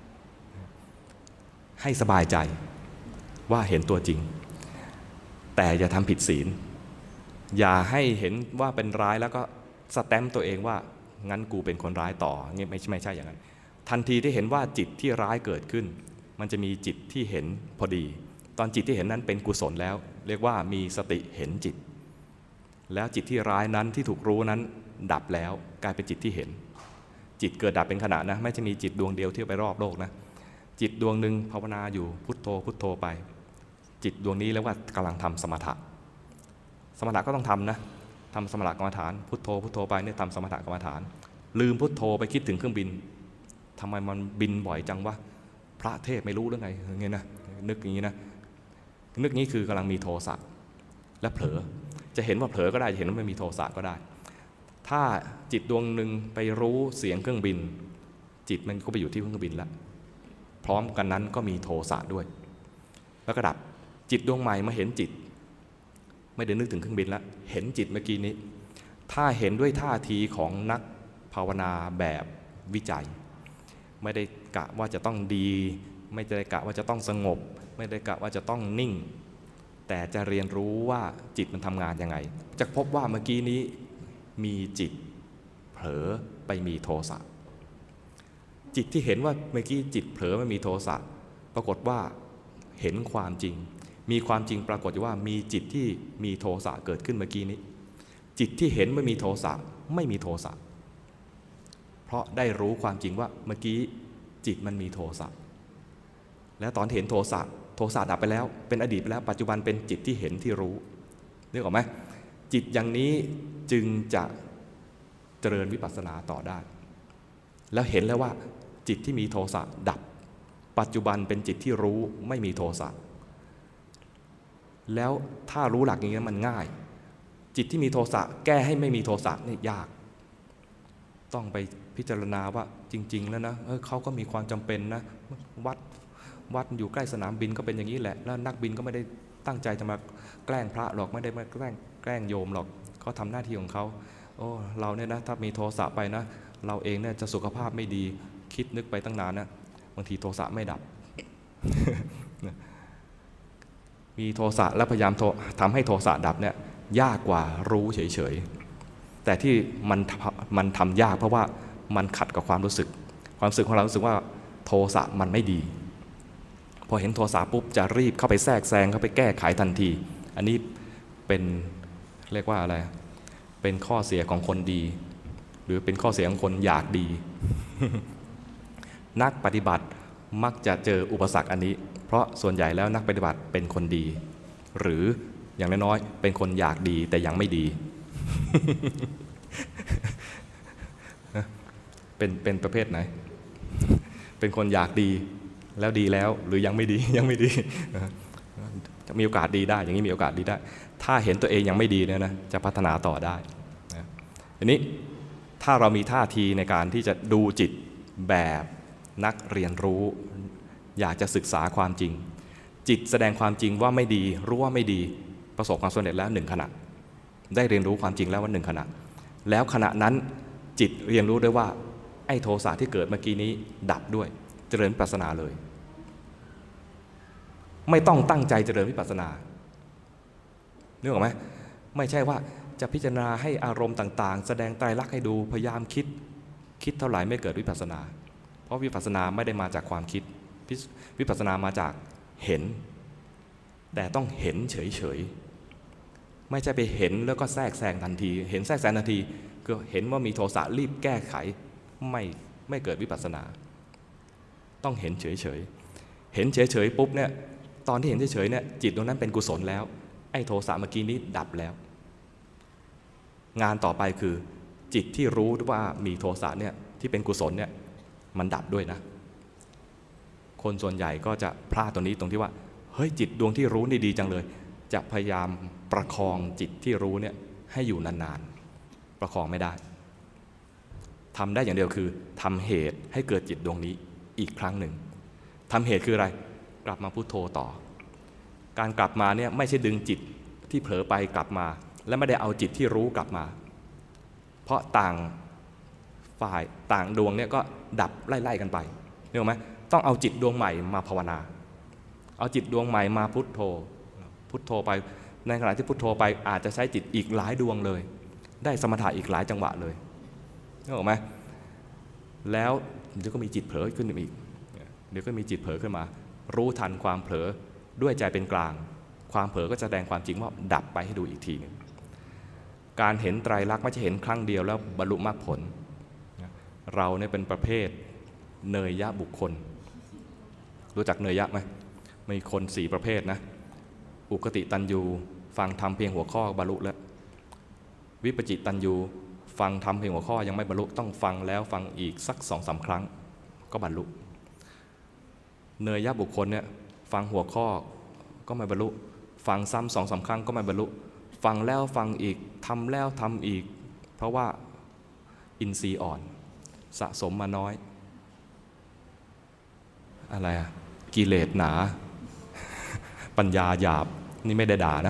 ให้สบายใจว่าเห็นตัวจริงแต่อย่าทำผิดศีลอย่าให้เห็นว่าเป็นร้ายแล้วก็สแตมป์ตัวเองว่างั้นกูเป็นคนร้ายต่อเงี้ยไม่ไม่ใช่อย่างนั้นทันทีที่เห็นว่าจิตที่ร้ายเกิดขึ้นมันจะมีจิตที่เห็นพอดีตอนจิตที่เห็นนั้นเป็นกุศลแล้วเรียกว่ามีสติเห็นจิตแล้วจิตที่ร้ายนั้นที่ถูกรู้นั้นดับแล้วกลายเป็นจิตที่เห็นจิตเกิดดับเป็นขณะนะไม่ใช่มีจิตดวงเดียวที่ไปรอบโลกนะจิตดวงหนึ่งภาวนาอยู่พุทโธพุทโธไปจิตดวงนี้เรียกว่ากำลังทำสมถะสมถะก็ต้องทำนะทำสมถะกรรมฐานพุทโธพุทโธไปเนี่ยทำสมถะกรรมฐานลืมพุทโธไปคิดถึงเครื่องบินทำไมมันบินบ่อยจังวะพระเทพไม่รู้หรือไงอย่างเงี้ยนะนึกอย่างนี้นะนึกนี้คือกำลังมีโทสะและเผลอจะเห็นว่าเผลอก็ได้จะเห็นว่าไม่มีโทสะก็ได้ถ้าจิตดวงหนึ่งไปรู้เสียงเครื่องบินจิตมันก็ไปอยู่ที่เครื่องบินแล้วพร้อมกันนั้นก็มีโทสะด้วยแล้วก็ดับจิตดวงใหม่มาเห็นจิตไม่ได้นึกถึงเครื่องบินแล้วเห็นจิตเมื่อกี้นี้ถ้าเห็นด้วยท่าทีของนักภาวนาแบบวิจัยไม่ได้กะว่าจะต้องดีไม่ได้กะว่าจะต้องสงบไม่ได้กะว่าจะต้องนิ่งแต่จะเรียนรู้ว่าจิตมันทำงานยังไงจะพบว่าเมื่อกี้นี้มีจิตเผลอไปมีโทสะจิตที่เห็นว่าเมื่อกี้จิตเผลอไม่มีโทสะปรากฏว่าเห็นความจริงมีความจริงปรากฏว่ามีจิตที่มีโทสะเกิดขึ้นเมื่อกี้นี้จิตที่เห็นไม่มีโทสะไม่มีโทสะเพราะได้รู้ความจริงว่าเมื่อกี้จิตมันมีโทสะแล้วตอนเห็นโทสะโทสะดับไปแล้วเป็นอดีตไปแล้วปัจจุบันเป็นจิตที่เห็นที่รู้นึกออกไหมจิตอย่างนี้จึงจะเจริญวิปัสสนาต่อได้แล้วเห็นแล้วว่าจิตที่มีโทสะดับปัจจุบันเป็นจิตที่รู้ไม่มีโทสะแล้วถ้ารู้หลักอย่างนี้มันง่ายจิตที่มีโทสะแก้ให้ไม่มีโทสะนี่ยากต้องไปพิจารณาว่าจริงๆแล้วนะ เออเขาก็มีความจำเป็นนะวัดวัดอยู่ใกล้สนามบินก็เป็นอย่างนี้แหละแล้วนักบินก็ไม่ได้ตั้งใจจะมาแกล้งพระหรอกไม่ได้มาแกล้งแกล้งโยมหรอกเขาทำหน้าที่ของเขาโอ้เราเนี่ยนะถ้ามีโทสะไปนะเราเองเนี่ยจะสุขภาพไม่ดีคิดนึกไปตั้งนานนะบางทีโทสะไม่ดับ มีโทสะแล้วพยายามทำให้โทสะดับเนี่ยยากกว่ารู้เฉยๆแต่ที่มันมันทำยากเพราะว่ามันขัดกับความรู้สึกความรู้สึกของเรารู้สึกว่าโทสะมันไม่ดีพอเห็นโทสะปุ๊บจะรีบเข้าไปแทรกแซงเข้าไปแก้ไขทันทีอันนี้เป็นเรียกว่าอะไรเป็นข้อเสียของคนดีหรือเป็นข้อเสียของคนอยากดี นักปฏิบัติมักจะเจออุปสรรคอันนี้เพราะส่วนใหญ่แล้วนักปฏิบัติเป็นคนดีหรืออย่างน้อยๆเป็นคนอยากดีแต่ยังไม่ดี เป็นเป็นประเภทไหนเป็นคนอยากดีแล้วดีแล้วหรือยังไม่ดียังไม่ดีจะมีโอกาสดีได้อย่างนี้มีโอกาสดีได้ถ้าเห็นตัวเองยังไม่ดีเนี่ยนะจะพัฒนาต่อได้ทีนี้ถ้าเรามีท่าทีในการที่จะดูจิตแบบนักเรียนรู้อยากจะศึกษาความจริงจิตแสดงความจริงว่าไม่ดีรู้ว่าไม่ดีประสบความสำเร็จแล้วหนึ่งขณะได้เรียนรู้ความจริงแล้วว่าหนึ่งขณะแล้วขณะนั้นจิตเรียนรู้ได้ว่าไอ้โทสะที่เกิดเมื่อกี้นี้ดับด้วยเจริญวิปัสสนาเลยไม่ต้องตั้งใจเจริญวิปัสสนานึกออกไหมไม่ใช่ว่าจะพิจารณาให้อารมณ์ต่างๆแสดงไตรลักษณ์ให้ดูพยายามคิดคิดเท่าไหร่ไม่เกิดวิปัสสนาเพราะวิปัสสนาไม่ได้มาจากความคิดวิปัสสนามาจากเห็นแต่ต้องเห็นเฉยๆไม่ใช่ไปเห็นแล้วก็แทรกแซงทันทีเห็นแทรกแซงทันทีคือเห็นว่ามีโทสะรีบแก้ไขไม่ไม่เกิดวิปัสสนาต้องเห็นเฉยๆเห็นเฉยๆปุ๊บเนี่ยตอนที่เห็นเฉยๆเนี่ยจิตตรงนั้นเป็นกุศลแล้วไอ้โทสะเมื่อกี้นี้ดับแล้วงานต่อไปคือจิตที่รู้ว่ามีโทสะเนี่ยที่เป็นกุศลเนี่ยมันดับด้วยนะคนส่วนใหญ่ก็จะพลาดตรงนี้ตรงที่ว่าเฮ้ยจิตดวงที่รู้นี่ดีจังเลยจะพยายามประคองจิตที่รู้เนี่ยให้อยู่นานๆประคองไม่ได้ทำได้อย่างเดียวคือทำเหตุให้เกิดจิตดวงนี้อีกครั้งหนึ่งทำเหตุคืออะไรกลับมาพุทโธต่อการกลับมาเนี่ยไม่ใช่ดึงจิตที่เผลอไปกลับมาและไม่ได้เอาจิตที่รู้กลับมาเพราะต่างฝ่ายต่างดวงเนี่ยก็ดับไล่ๆกันไปเห็นไหมต้องเอาจิตดวงใหม่มาภาวนาเอาจิตดวงใหม่มาพุทโธพุทโธไปในขณะที่พุทโธไปอาจจะใช้จิตอีกหลายดวงเลยได้สมถะอีกหลายจังหวะเลยเห็นไหมแล้วเดี๋ยวก็มีจิตเผลอขึ้นอีกเดี๋ยวก็มีจิตเผลอขึ้นมารู้ทันความเผลอด้วยใจเป็นกลางความเผลอก็แสดงความจริงว่าดับไปให้ดูอีกทีหนึ่งการเห็นไตรลักษณ์ไม่ใช่เห็นครั้งเดียวแล้วบรรลุมรรคผลเราเนี่ยเป็นประเภทเนยยะบุคคลรู้จักเนยยะไหมมีคนสี่ประเภทนะอุคติตันยูฟังธรรมเพียงหัวข้อบรรลุแล้ววิปจิตันยูฟังธรรมเพียงหัวข้อยังไม่บรรลุต้องฟังแล้วฟังอีกสักสองสามครั้งก็บรรลุเนยยะบุคคลเนี่ยฟังหัวข้อก็ไม่บรรลุฟังซ้ำสองสามครั้งก็ไม่บรรลุฟังแล้วฟังอีกทำแล้วทำอีกเพราะว่าอินทรีย์อ่อนสะสมมาน้อยอะไรอะกิเลสหนาปัญญาหยาบนี่ไม่ได้ด่านะ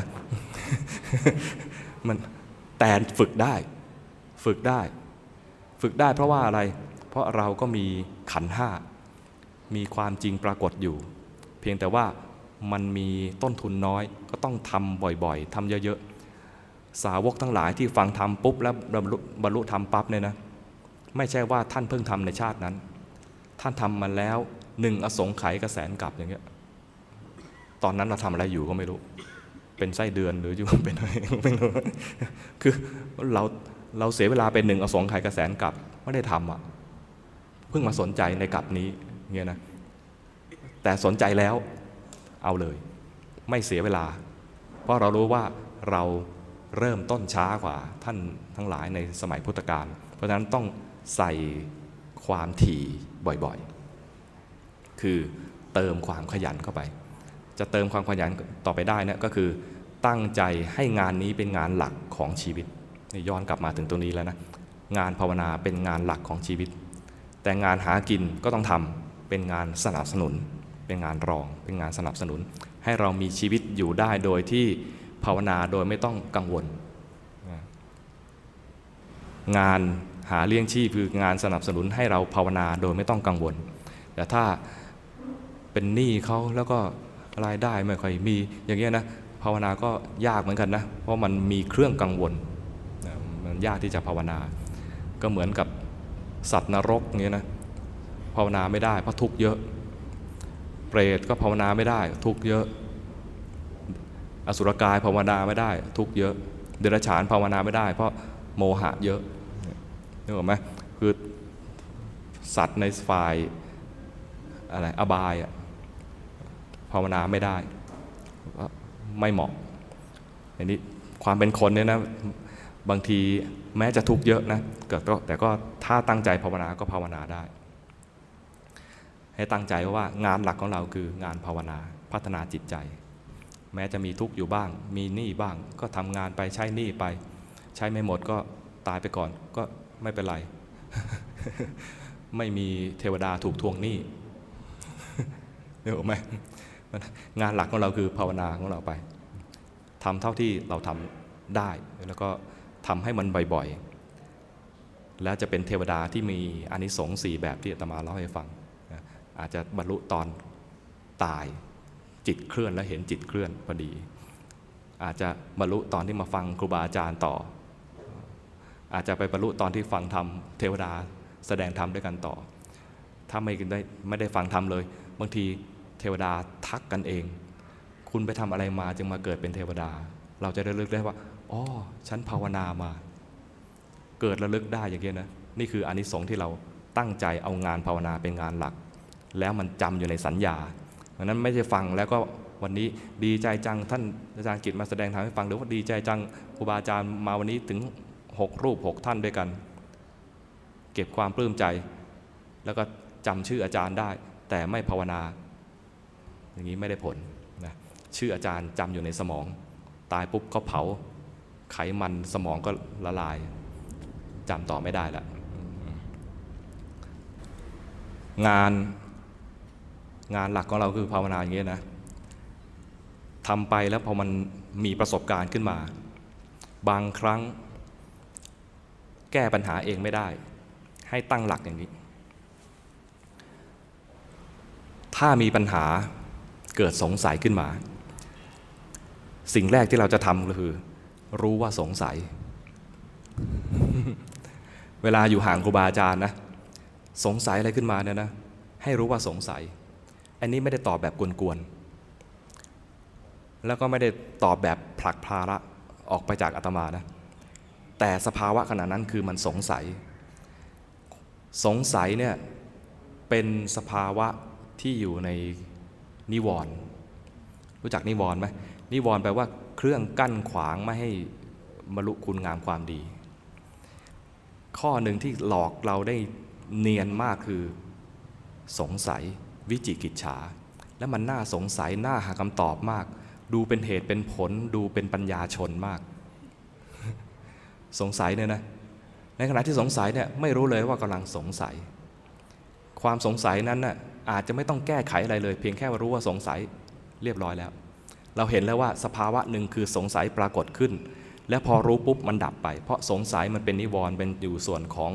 มันแต่ฝึกได้ฝึกได้ฝึกได้เพราะว่าอะไรเพราะเราก็มีขันธ์ห้ามีความจริงปรากฏอยู่เพียงแต่ว่ามันมีต้นทุนน้อยก็ต้องทำบ่อยๆทำเยอะๆสาวกทั้งหลายที่ฟังธรรมปุ๊บแล้วบรรลุธรรมปั๊บเนี่ยนะไม่ใช่ว่าท่านเพิ่งทำในชาตินั้นท่านทำมาแล้วหนึ่งอสงไขยกระแสนกลับอย่างเงี้ยตอนนั้นเราทำอะไรอยู่ก็ไม่รู้เป็นไส้เดือนหรืออยู่เป็นอะไรไม่รู้คือเราเราเสียเวลาเป็นหนึ่งอสงไขยกระแสนกลับไม่ได้ทำอ่ะเพิ่งมาสนใจในกลับนี้เงี้ยนะแต่สนใจแล้วเอาเลยไม่เสียเวลาเพราะเรารู้ว่าเราเริ่มต้นช้ากว่าท่านทั้งหลายในสมัยพุทธกาลเพราะฉะนั้นต้องใส่ความถี่บ่อยๆคือเติมความขยันเข้าไปจะเติมความขยันต่อไปได้นะก็คือตั้งใจให้งานนี้เป็นงานหลักของชีวิตย้อนกลับมาถึงตรงนี้แล้วนะงานภาวนาเป็นงานหลักของชีวิตแต่งานหากินก็ต้องทำเป็นงานสนับสนุนเป็นงานรองเป็นงานสนับสนุนให้เรามีชีวิตอยู่ได้โดยที่ภาวนาโดยไม่ต้องกังวลงานหาเลี้ยงชีพคืองานสนับสนุนให้เราภาวนาโดยไม่ต้องกังวลแต่ถ้าเป็นหนี้เขาแล้วก็รายได้ไม่ค่อยมีอย่างเงี้ยนะภาวนาก็ยากเหมือนกันนะเพราะมันมีเครื่องกังวลมันยากที่จะภาวนาก็เหมือนกับสัตว์นรกอย่างเงี้ยนะภาวนาไม่ได้เพราะทุกข์เยอะเปรตก็ภาวนาไม่ได้ทุกข์เยอะอสุรกายภาวนาไม่ได้ทุกข์เยอะเดรัจฉานภาวนาไม่ได้เพราะโมหะเยอะนึกออกไหมคือสัตว์ในฝ่ายอะไรอบายอะภาวนาไม่ได้ไม่เหมาะอันนี้ความเป็นคนเนี่ยนะบางทีแม้จะทุกข์เยอะนะแต่ก็ถ้าตั้งใจภาวนาก็ภาวนาได้ให้ตั้งใจว่างานหลักของเราคืองานภาวนาพัฒนาจิตใจแม้จะมีทุกข์อยู่บ้างมีหนี้บ้างก็ทำงานไปใช้หนี้ไปใช้ไม่หมดก็ตายไปก่อนก็ไม่เป็นไร ไม่มีเทวดาถูกทวงหนี้นึกออกไหมงานหลักของเราคือภาวนาของเราไปทำเท่าที่เราทำได้แล้วก็ทำให้มันบ่อยๆแล้วจะเป็นเทวดาที่มีอานิสงส์สี่แบบที่อาตมาเล่าให้ฟังอาจจะบรรลุตอนตายจิตเคลื่อนและเห็นจิตเคลื่อนพอดีอาจจะบรรลุตอนที่มาฟังครูบาอาจารย์ต่ออาจจะไปบรรลุตอนที่ฟังธรรมเทวดาแสดงธรรมด้วยกันต่อถ้าไม่ได้ไม่ได้ฟังธรรมเลยบางทีเทวดาทักกันเองคุณไปทำอะไรมาจึงมาเกิดเป็นเทวดาเราจะระลึกได้ว่าอ๋อฉันภาวนามาเกิดระลึกได้อย่างนี้นะนี่คืออานิสงส์ที่เราตั้งใจเอางานภาวนาเป็นงานหลักแล้วมันจำอยู่ในสัญญาดังนั้นไม่ใช่ฟังแล้วก็วันนี้ดีใจจังท่านอาจารย์กิตมาแสดงธรรมให้ฟังหรือว่าดีใจจังครูบาอาจารย์มาวันนี้ถึงหกรูปหกท่านด้วยกันเก็บความปลื้มใจแล้วก็จำชื่ออาจารย์ได้แต่ไม่ภาวนาอย่างนี้ไม่ได้ผลนะชื่ออาจารย์จำอยู่ในสมองตายปุ๊บเขาเผาไขมันสมองก็ละลายจำต่อไม่ได้ละงานงานหลักของเราคือภาวนาอย่างนี้นะทำไปแล้วพอมันมีประสบการณ์ขึ้นมาบางครั้งแก้ปัญหาเองไม่ได้ให้ตั้งหลักอย่างนี้ถ้ามีปัญหาเกิดสงสัยขึ้นมาสิ่งแรกที่เราจะทำก็คือรู้ว่าสงสัย เวลาอยู่ห่างครูบาอาจารย์นะสงสัยอะไรขึ้นมาเนี่ยนะให้รู้ว่าสงสัยอันนี้ไม่ได้ตอบแบบกวนๆแล้วก็ไม่ได้ตอบแบบผลักภาระออกไปจากอาตมานะแต่สภาวะขณะนั้นคือมันสงสัยสงสัยเนี่ยเป็นสภาวะที่อยู่ในนิวรณ์รู้จักนิวรณ์ไหมนิวรณ์แปลว่าเครื่องกั้นขวางไม่ให้บรรลุคุณงามความดีข้อหนึ่งที่หลอกเราได้เนียนมากคือสงสัยวิจิกิจฉาและมันน่าสงสัยน่าหาคำตอบมากดูเป็นเหตุเป็นผลดูเป็นปัญญาชนมากสงสัยเนี่ยนะในขณะที่สงสัยเนี่ยไม่รู้เลยว่ากำลังสงสัยความสงสัยนั้นน่ะอาจจะไม่ต้องแก้ไขอะไรเลยเพียงแค่รู้ว่าสงสัยเรียบร้อยแล้วเราเห็นแล้วว่าสภาวะหนึ่งคือสงสัยปรากฏขึ้นและพอรู้ปุ๊บมันดับไปเพราะสงสัยมันเป็นนิวรณ์เป็นอยู่ส่วนของ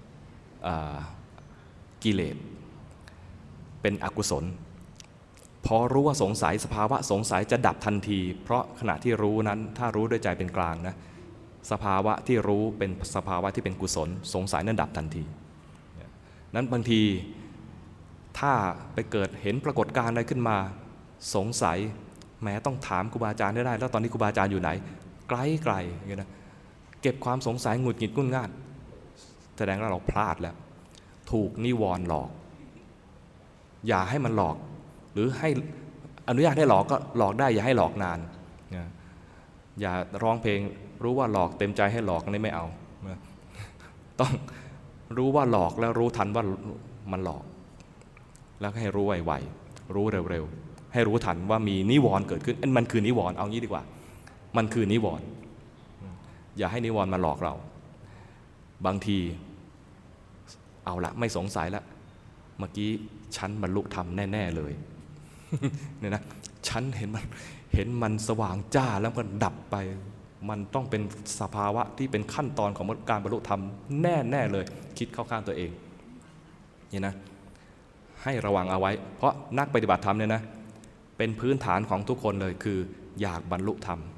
กิเลสเป็นอกุศลพอรู้ว่าสงสัยสภาวะสงสัยจะดับทันทีเพราะขณะที่รู้นั้นถ้ารู้ด้วยใจเป็นกลางนะสภาวะที่รู้เป็นสภาวะที่เป็นกุศลสงสัยนั้นดับทันทีนั้นบางทีถ้าไปเกิดเห็นปรากฏการณ์อะไรขึ้นมาสงสัยแม้ต้องถามครูบาอาจารย์ได้แล้วตอนนี้ครูบาอาจารย์อยู่ไหนไกลไกลอย่างเงี้ยนะเก็บความสงสัยหงุดหงิดงุ่นง่านแสดงว่าเราพลาดแล้วถูกนิวรณ์หลอกอย่าให้มันหลอกหรือให้อนุญาตให้หลอกก็หลอกได้อย่าให้หลอกนานอย่าร้องเพลงรู้ว่าหลอกเต็มใจให้หลอกนี่ไม่เอาต้องรู้ว่าหลอกแล้วรู้ทันว่ามันหลอกแล้วให้รู้ไวๆรู้เร็วให้รู้ทันว่ามีนิวรณ์เกิดขึ้นมันคือนิวรณ์เอางี้ดีกว่ามันคือนิวรณ์อย่าให้นิวรณ์มาหลอกเราบางทีเอาละไม่สงสัยละเมื่อกี้ฉันบรรลุธรรมแน่ๆเลยเนี่ยนะฉันเห็นมันเห็นมันสว่างจ้าแล้วมันดับไปมันต้องเป็นสภาวะที่เป็นขั้นตอนของการบรรลุธรรมแน่ๆเลยคิดเข้าข้างตัวเองเนี่ยนะให้ระวังเอาไว้เพราะนักปฏิบัติธรรมเนี่ยนะเป็นพื้นฐานของทุกคนเลยคืออยากบรรลุธรรม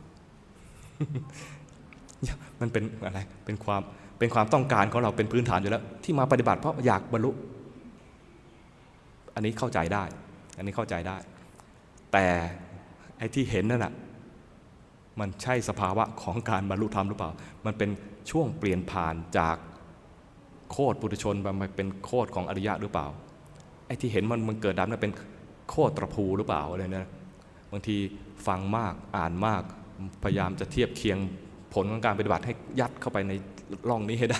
มันเป็นอะไรเป็นความเป็นความต้องการของเราเป็นพื้นฐานอยู่แล้วที่มาปฏิบัติเพราะอยากบรรลุอันนี้เข้าใจได้อันนี้เข้าใจได้แต่ไอ้ที่เห็นนั่นน่ะมันใช่สภาวะของการบรรลุธรรมหรือเปล่ามันเป็นช่วงเปลี่ยนผ่านจากโคตรปุถุชนมาเป็นโคตรของอริยะหรือเปล่าไอ้ที่เห็นมันมันเกิดดับนั่นเป็นโคตรตรภูหรือเปล่าอะไรเนี่ยบางทีฟังมากอ่านมากพยายามจะเทียบเคียงผลของการปฏิบัติให้ยัดเข้าไปในร่องนี้ให้ได้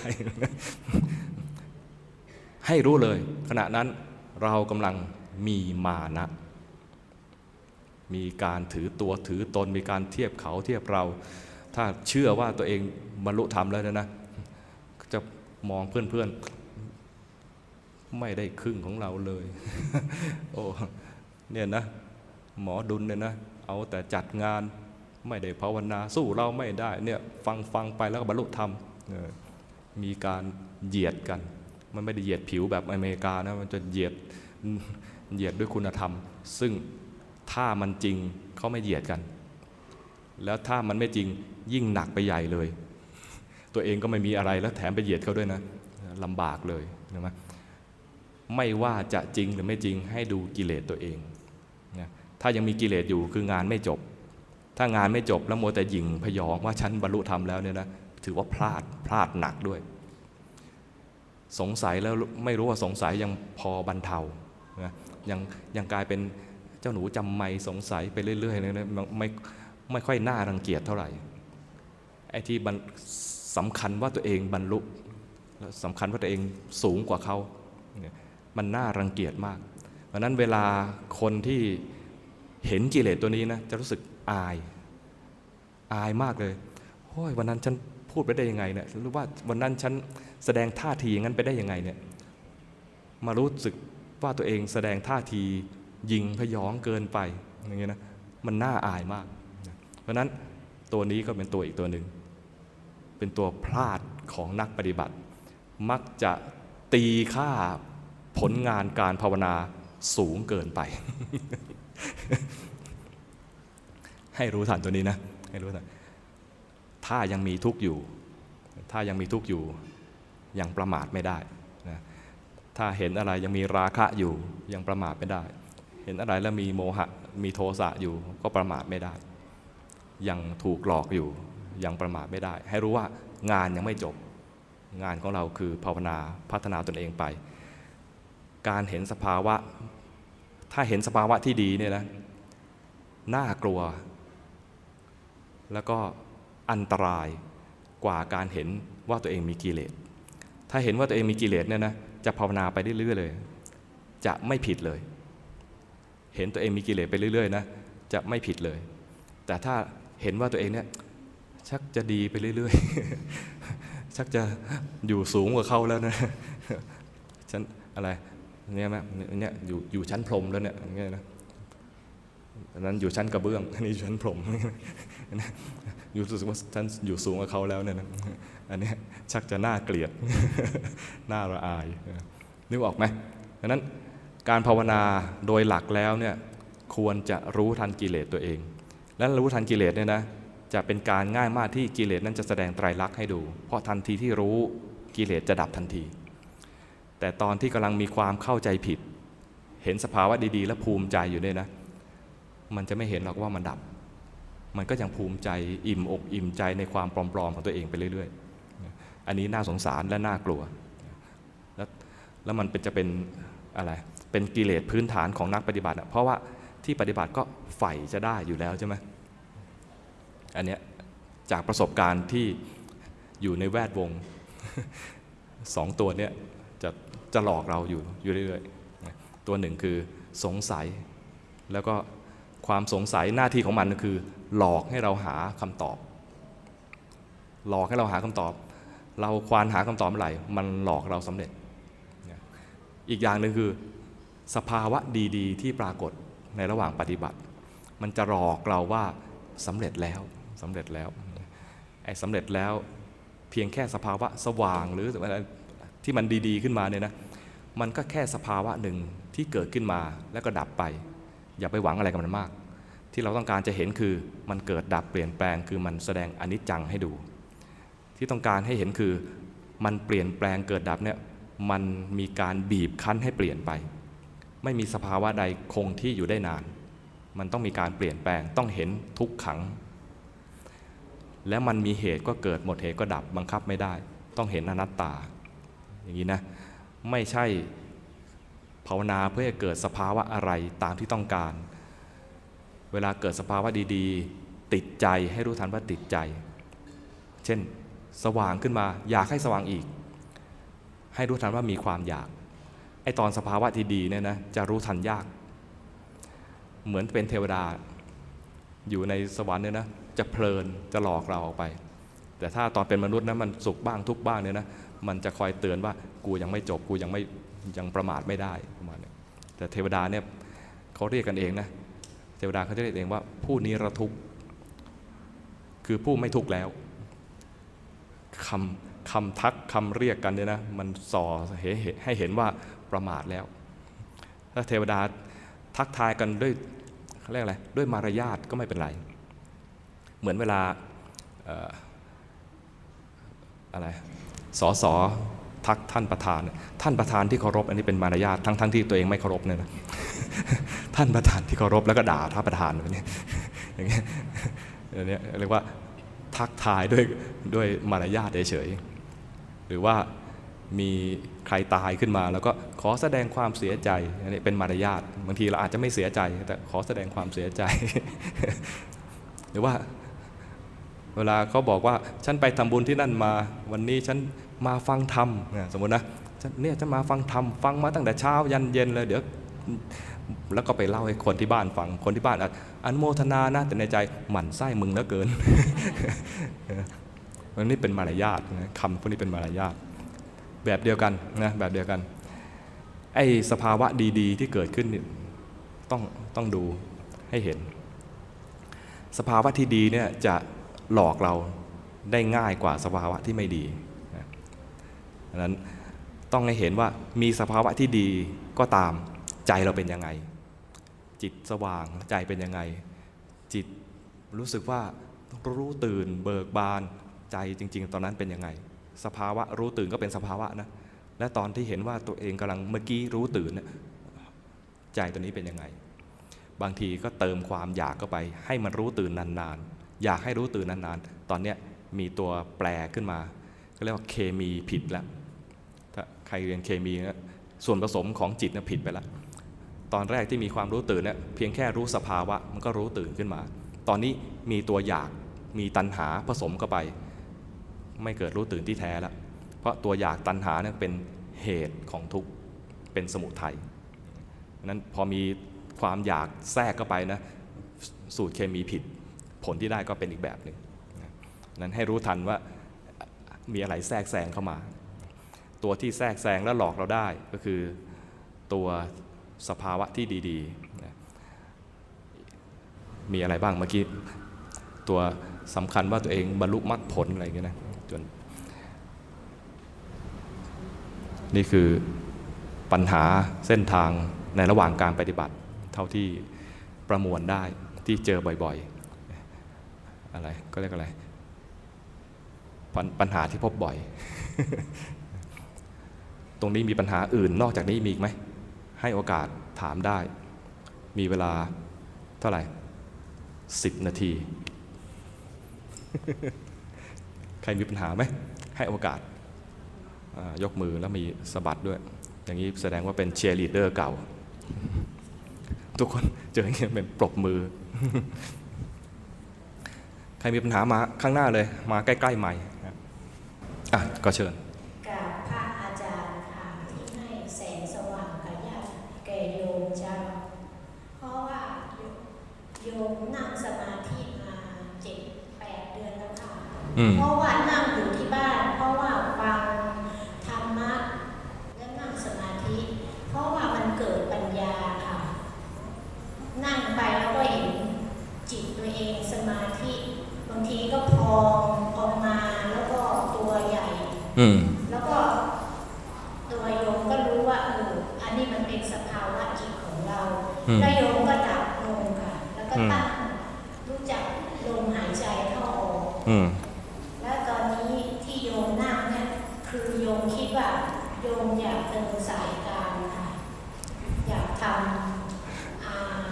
ให้รู้เลยขณะนั้นเรากำลังมีมานะมีการถือตัวถือตนมีการเทียบเขาเทียบเราถ้าเชื่อว่าตัวเองบรรลุธรรมแล้วนะจะมองเพื่อนๆไม่ได้ครึ่งของเราเลย โอ้เนี่ยนะหมอดุลเนี่ยนะเอาแต่จัดงานไม่ได้ภาวนาสู้เราไม่ได้เนี่ยฟังฟังไปแล้วก็บรรลุธรรมมีการเหยียดกันมันไม่ได้เหยียดผิวแบบอเมริกานะมันจะเหยียดเหยียดด้วยคุณธรรมซึ่งถ้ามันจริงเขาไม่เหยียดกันแล้วถ้ามันไม่จริงยิ่งหนักไปใหญ่เลยตัวเองก็ไม่มีอะไรแล้วแถมไปเหยียดเขาด้วยนะลำบากเลยใช่ไหมไม่ว่าจะจริงหรือไม่จริงให้ดูกิเลสตัวเองนะถ้ายังมีกิเลสอยู่คืองานไม่จบถ้างานไม่จบแล้วมัวแต่หยิ่งพยองว่าฉันบรรลุธรรมแล้วเนี่ยนะถือว่าพลาดพลาดหนักด้วยสงสัยแล้วไม่รู้ว่าสงสัยยังพอบรรเทานะยังยังกลายเป็นเจ้าหนูจำไม่สงสัยไปเรื่อยๆเลยนะไม่ไม่ค่อยน่ารังเกียจเท่าไหร่ไอ้ที่สำคัญว่าตัวเองบรรลุสำคัญว่าตัวเองสูงกว่าเขามันน่ารังเกียจมากเพราะนั้นเวลาคนที่เห็นกิเลสตัวนี้นะจะรู้สึกอายอายมากเลยโอ้ยวันนั้นฉันพูดไปได้ยังไงเนี่ยหรือว่าวันนั้นฉันแสดงท่าทีอย่างนั้นไปได้ยังไงเนี่ยมารู้สึกว่าตัวเองแสดงท่าทียิงพยองเกินไปอย่างเงี้ยนะมันน่าอายมากเพราะนั้นตัวนี้ก็เป็นตัวอีกตัวหนึ่งเป็นตัวพลาดของนักปฏิบัติมักจะตีค่าผลงานการภาวนาสูงเกินไป ให้รู้ทันตัวนี้นะให้รู้ทันถ้ายังมีทุกข์อยู่ถ้ายังมีทุกข์อยู่ยังประมาทไม่ได้นะถ้าเห็นอะไรยังมีราคะอยู่ยังประมาทไม่ได้เห็นอะไรแล้วมีโมหะมีโทสะอยู่ก็ประมาทไม่ได้ยังถูกหลอกอยู่ยังประมาทไม่ได้ให้รู้ว่างานยังไม่จบงานของเราคือภาวนาพัฒนาตนเองไปการเห็นสภาวะถ้าเห็นสภาวะที่ดีเนี่ยนะน่ากลัวแล้วก็อันตรายกว่าการเห็นว่าตัวเองมีกิเลสถ้าเห็นว่าตัวเองมีกิเลสเนี่ยนะจะภาวนาไปเรื่อยๆเลยจะไม่ผิดเลยเห็นตัวเองมีกิเลสไปเรื่อยๆนะจะไม่ผิดเลยแต่ถ้าเห็นว่าตัวเองเนี่ยชักจะดีไปเรื่อยๆชักจะอยู่สูงกว่าเขาแล้วนะฉันอะไรเนี่ยไหมเนี่ยอยู่อยู่ชั้นพรหมแล้วเนี่ยอย่างเงี้ยนะนั้นอยู่ชั้นกระเบื้องนี่ชั้นพรหมอยู่รู้สึกว่าฉันอยู่สูงกว่าเขาแล้วเนี่ยนะอันนี้ชักจะน่าเกลียดน่าระอายนึกออกไหมดังนั้นการภาวนาโดยหลักแล้วเนี่ยควรจะรู้ทันกิเลสตัวเองและรู้ทันกิเลสเนี่ยนะจะเป็นการง่ายมากที่กิเลสนั้นจะแสดงไตรลักษณ์ให้ดูเพราะทันทีที่รู้กิเลสจะดับทันทีแต่ตอนที่กำลังมีความเข้าใจผิดเห็นสภาวะดีๆและภูมิใจอยู่เนี่ยนะมันจะไม่เห็นหรอกว่ามันดับมันก็ยังภูมิใจอิ่มอกอิ่มใจในความปลอมๆของตัวเองไปเรื่อยๆอันนี้น่าสงสารและน่ากลัวแล้วแล้วมันเป็นจะเป็นอะไรเป็นกิเลสพื้นฐานของนักปฏิบัติเพราะว่าที่ปฏิบัติก็ใฝ่จะได้อยู่แล้วใช่ไหมอันเนี้ยจากประสบการณ์ที่อยู่ในแวดวงสองตัวเนี้ยจะจะหลอกเราอยู่อยู่เรื่อยๆตัวหนึ่งคือสงสัยแล้วก็ความสงสัยหน้าที่ของมันก็คือหลอกให้เราหาคำตอบหลอกให้เราหาคำตอบเราควานหาคำตอบเมื่อไหร่มันหลอกเราสำเร็จอีกอย่างหนึ่งคือสภาวะดีๆที่ปรากฏในระหว่างปฏิบัติมันจะหลอกเราว่าสำเร็จแล้วสำเร็จแล้วไอ้สำเร็จแล้วเพียงแค่สภาวะสว่างหรืออะไรที่มันดีๆขึ้นมาเนี่ยนะมันก็แค่สภาวะหนึ่งที่เกิดขึ้นมาแล้วก็ดับไปอย่าไปหวังอะไรกับมันมากที่เราต้องการจะเห็นคือมันเกิดดับเปลี่ยนแปลงคือมันแสดงอนิจจังให้ดูที่ต้องการให้เห็นคือมันเปลี่ยนแปลงเกิดดับเนี่ยมันมีการบีบคั้นให้เปลี่ยนไปไม่มีสภาวะใดคงที่อยู่ได้นานมันต้องมีการเปลี่ยนแปลงต้องเห็นทุกขังและมันมีเหตุก็เกิดหมดเหตุก็ดับบังคับไม่ได้ต้องเห็นอนัตตาอย่างนี้นะไม่ใช่ภาวนาเพื่อให้เกิดสภาวะอะไรตามที่ต้องการเวลาเกิดสภาวะดีๆติดใจให้รู้ทันว่าติดใจเช่นสว่างขึ้นมาอยากให้สว่างอีกให้รู้ทันว่ามีความอยากไอ้ตอนสภาวะที่ดีเนี่ยนะจะรู้ทันยากเหมือนเป็นเทวดาอยู่ในสวรรค์เนี่ยนะจะเพลินจะหลอกเราออกไปแต่ถ้าตอนเป็นมนุษย์นะมันสุขบ้างทุกบ้างเนี่ยนะมันจะคอยเตือนว่ากูยังไม่จบกูยังไม่ยังประมาทไม่ได้ประมาณนี้แต่เทวดาเนี่ยเขาเรียกกันเองนะเทวดาเขาจะเรียกเองว่าผู้นิรทุกข์คือผู้ไม่ทุกข์แล้วคำคำทักคำเรียกกันเนี่ยนะมันส่อให้เห็นว่าประมาทแล้วถ้าเทวดาทักทายกันด้วยเขาเรียกอะไรด้วยมารยาทก็ไม่เป็นไรเหมือนเวลาเอ่ออะไรสสทักท่านประธานท่านประธานที่เคารพอันนี้เป็นมารยาททั้งทั้งที่ตัวเองไม่เคารพเนี่ยนะท่านประธานที่เคารพแล้วก็ด่าท่านประธานแบบนี้อย่างเงี้ยอันนี้เรียกว่าทักทายด้วยด้วยมารยาทเฉยๆหรือว่ามีใครตายขึ้นมาแล้วก็ขอแสดงความเสียใจอันนี้เป็นมารยาทบางทีเราอาจจะไม่เสียใจแต่ขอแสดงความเสียใจ หรือว่าเวลาเขาบอกว่าฉันไปทำบุญที่นั่นมาวันนี้ฉันมาฟังธรรมสมมตินะเนี่ยฉันมาฟังธรรมฟังมาตั้งแต่เช้ายันเย็นเลยเดี๋ยวแล้วก็ไปเล่าให้คนที่บ้านฟังคนที่บ้านอนุโมทนานะแต่ในใจหมั่นไส้มึงเหลือเกินวันนี้เป็นมารยาทนะคำพวกนี้เป็นมารยาทแบบเดียวกันนะแบบเดียวกันไอ้สภาวะดีๆที่เกิดขึ้นต้องต้องดูให้เห็นสภาวะที่ดีเนี่ยจะหลอกเราได้ง่ายกว่าสภาวะที่ไม่ดีดังนั้นต้องให้เห็นว่ามีสภาวะที่ดีก็ตามใจเราเป็นยังไงจิตสว่างใจเป็นยังไงจิตรู้สึกว่ารู้ตื่นเบิกบานใจจริงๆตอนนั้นเป็นยังไงสภาวะรู้ตื่นก็เป็นสภาวะนะและตอนที่เห็นว่าตัวเองกำลังเมื่อกี้รู้ตื่นใจตัวนี้เป็นยังไงบางทีก็เติมความอยากเข้าไปให้มันรู้ตื่นนานๆอยากให้รู้ตื่นนานๆตอนนี้มีตัวแปรขึ้นมาก็เรียกว่าเคมีผิดแล้วถ้าใครเรียนเคมีนะส่วนผสมของจิตนะผิดไปแล้วตอนแรกที่มีความรู้ตื่นเนี่ยเพียงแค่รู้สภาวะมันก็รู้ตื่นขึ้นมาตอนนี้มีตัวอยากมีตัณหาผสมเข้าไปไม่เกิดรู้ตื่นที่แท้แล้วเพราะตัวอยากตัณหาเนี่ยเป็นเหตุของทุกข์เป็นสมุทัยนั้นพอมีความอยากแทรกเข้าไปนะสูตรเคมีผิดผลที่ได้ก็เป็นอีกแบบหนึ่งนั้นให้รู้ทันว่ามีอะไรแทรกแซงเข้ามาตัวที่แทรกแซงและหลอกเราได้ก็คือตัวสภาวะที่ดีๆมีอะไรบ้างเมื่อกี้ตัวสำคัญว่าตัวเองบรรลุมรรคผลอะไรอย่างเงี้ยนะจนนี่คือปัญหาเส้นทางในระหว่างการปฏิบัติเท่าที่ประมวลได้ที่เจอบ่อยๆอะไรก็เรียกอะไรปัญหาที่พบบ่อย ตรงนี้มีปัญหาอื่นนอกจากนี้มีอีกไหมให้โอกาสถามได้มีเวลาเท่าไหร่สิบนาที ใครมีปัญหาไหมให้โอกาสยกมือแล้วมีสะบัดด้วยอย่างนี้แสดงว่าเป็นเชียร์ลีดเดอร์เก่าทุกคนเจออย่างนี้เป็นปรบมือ ใครมีปัญหามาข้างหน้าเลยมาใกล้ๆใหม่อ่ะก็เชิญกับพระอาจารย์ค่ะที่ให้แสงสว่างกับญาติแก่โยมเจ้าเพราะว่าเพราะว่านั่งอยู่ที่บ้านเพราะว่าฟังธรรมะและนั่งสมาธิเพราะว่ามันเกิดปัญญาค่ะนั่งไปแล้วก็เห็นจิตตัวเองสมาธิบางทีก็พองออกมาแล้วก็ตัวใหญ่แล้วก็ตัวโยมก็รู้ว่าเอออันนี้มันเป็นสภาวะจิตของเราแล้วโยมก็ดับลงค่ะแล้วก็ตั้งรู้จักลมหายใจเข้าออกแล้วตอนนี้ที่โยมนั่งเนี่ยคือโยมคิดว่าโยมอยากเดินสายกลางค่ะอยากทำ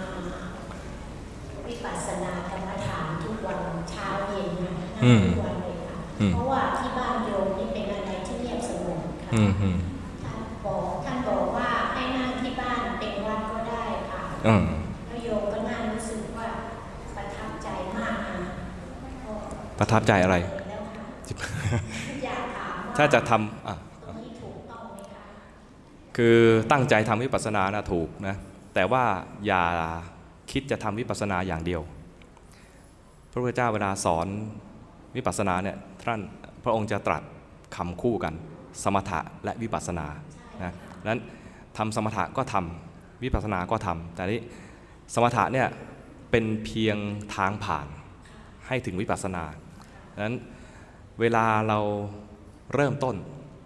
วิปัสสนากรรมฐานทุกวันเช้าเย็นนะนั่งทุกวันเลยค่ะเพราะว่าที่บ้านโยมนี่เป็นอะไรที่เงียบสงบค่ะท่านบอกท่านบอกว่าให้นั่งที่บ้านเป็นวันก็ได้ค่ะแล้วโยมก็นั่งรู้สึกว่าประทับใจมากนะประทับใจอะไรถ้าจะทำคือตั้งใจทำวิปัสสนานะถูกนะแต่ว่าอย่าคิดจะทำวิปัสสนาอย่างเดียวพระพุทธเจ้าเวลาสอนวิปัสสนาเนี่ยท่านพระองค์จะตรัสคำคู่กันสมถะและวิปัสสนานะนั้นทำสมถะก็ทำวิปัสสนาก็ทำแต่นี้สมถะเนี่ยเป็นเพียงทางผ่านให้ถึงวิปัสสนาดังนั้นเวลาเราเริ่มต้น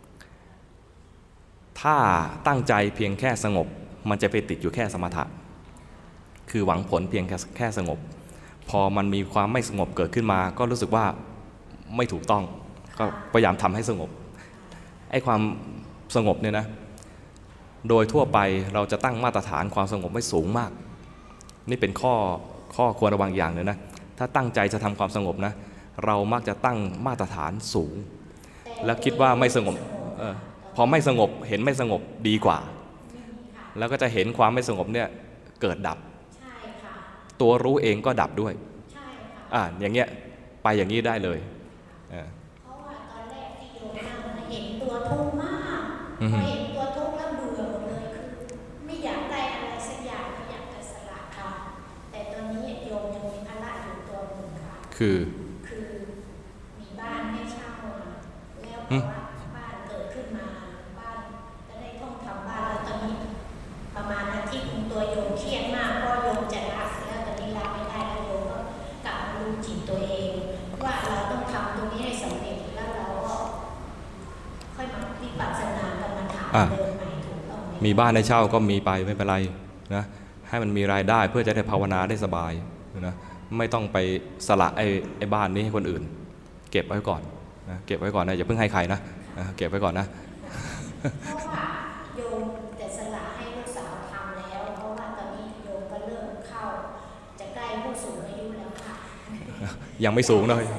ถ้าตั้งใจเพียงแค่สงบมันจะไปติดอยู่แค่สมถะคือหวังผลเพียงแค่แค่สงบพอมันมีความไม่สงบเกิดขึ้นมาก็รู้สึกว่าไม่ถูกต้องก็พยายามทำให้สงบไอ้ความสงบเนี่ยนะโดยทั่วไปเราจะตั้งมาตรฐานความสงบไว้สูงมากนี่เป็นข้อข้อควรระวังอย่างหนึ่งนะถ้าตั้งใจจะทำความสงบนะเรามักจะตั้งมาตรฐานสูงแล้วคิดว่าไม่สงบเออพอไม่สงบเห็นไม่สงบดีกว่าแล้วก็จะเห็นความไม่สงบเนี่ยเกิดดับตัวรู้เองก็ดับด้วยอ่าอย่างเงี้ยไปอย่างนี้ได้เลยเพราะว่าตอนแรกที่โยมนั่งเห็นตัวทุกข์มากพอเห็นตัวทุกข์แล้วเบื่อหมดเลยคือไม่อยากได้อะไรสักอย่างไม่อยากจะสละค่ะแต่ตอนนี้โยมยังมีภาระอยู่ตัวหนึ่งค่ะคือคือมีบ้านให้เช่าแล้วเพราะว่าบ้านเกิดขึ้นมาบ้านจะได้ท่องทำบ้านแล้วตอนนี้ประมาณอาทิตย์นึงตัวโยมเครียดมากเพราะโยมจะละแล้วตอนนี้ละไม่ได้แล้วโยมก็กลับมาดูจิตตัวเองว่าเราต้องทำตรงนี้ให้สำเร็จแล้วเราก็ค่อยมาวิปัสสนากรรมฐานเดินไปถูกต้องไหมมีบ้านให้เช่าก็มีไปไม่เป็นไรนะให้มันมีรายได้เพื่อจะได้ภาวนาได้สบายนะไม่ต้องไปสละไอ้ไอ้บ้านนี้ให้คนอื่นเก็บไว้ก่อนนะเก็บไว้ก่อนนะอย่าเพิ่งให้ใครนะเก็บไว้ก่อนนะเพราะว่าโยมแต่สละให้ลูกสาวทำแล้วเพราะว่าตอนนี้โยมก็เริ่มเข้าจะใกล้ผู้สูงอายุแล้วค่ะยังไม่สูงเลย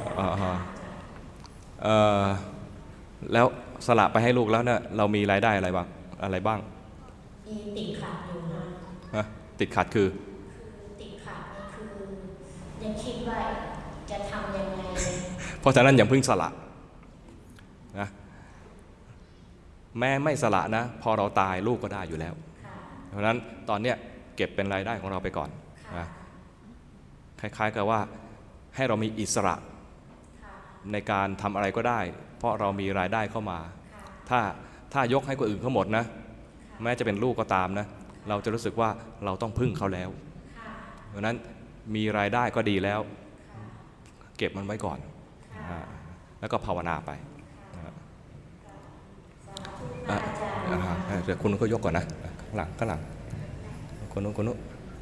แล้วสละไปให้ลูกแล้วเนี่ยเรามีรายได้อะไรบ้างอะไรบ้างมีติดขัดอยู่นะติดขัดคือติดขัดนี่คือยังคิดว่าจะทำยังไงเพราะฉะนั้นอย่าเพิ่งสละนะแม้ไม่สละนะพอเราตายลูกก็ได้อยู่แล้วเพราะฉะนั้นตอนเนี้ยเก็บเป็นรายได้ของเราไปก่อนนะคล้ายๆกับว่าให้เรามีอิสระในการทำอะไรก็ได้เพราะเรามีรายได้เข้ามาถ้าถ้ายกให้คนอื่นเขาหมดนะแม้จะเป็นลูกก็ตามนะเราจะรู้สึกว่าเราต้องพึ่งเขาแล้วเพราะนั้นมีรายได้ก็ดีแล้วเก็บมันไว้ก่อนแล้วก็ภาวนาไปเดี๋ยวคุณก็ยกก่อนนะข้างหลังข้างหลังคนนู้นคนนู้น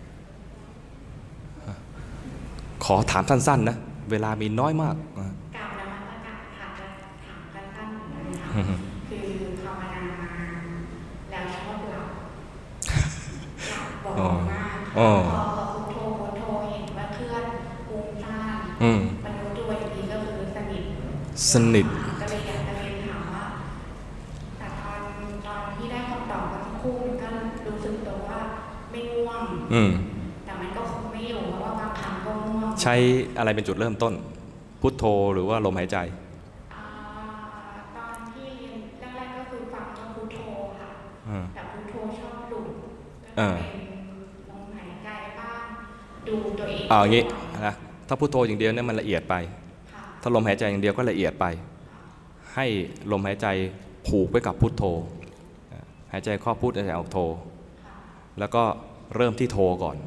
ขอถามสั้นๆนะเวลามีน้อยมากกล่าวนมัสการค่ะจะถามสั้นๆเหมือนกันค่ะคือภาวนามาแล้วชอบหลับหลับบ่อยมากพอพุทโธพุทโธเห็นว่าเคลื่อนฟุ้งซ่านมันรู้ตัวอีกทีก็คือสนิทสนิทก็เลยอยากจะเรียนถามว่าแต่ตอนตอนที่ได้คำตอบมาสักครู่มันก็รู้สึกตัวว่าไม่ง่วงแต่มันก็คงไม่อยู่เพราะว่าบางครั้งก็ง่วงใช้อะไรเป็นจุดเริ่มต้นพุทโธหรือว่าลมหายใจตอนที่เรียนแรกๆก็คือฟังว่าพุทโธค่ะแต่พุทโธชอบหลุดเป็นลมหายใจบ้างดูตัวเองเอาอย่างนี้นะถ้าพุทโธอย่างเดียวเนี่ยมันละเอียดไปถ้าลมหายใจอย่างเดียวก็ละเอียดไปให้ลมหายใจผูกไว้กับพุทโธหายใจเข้าพุทหายใจออกโธแล้วก็เริ่มที่โธก่อน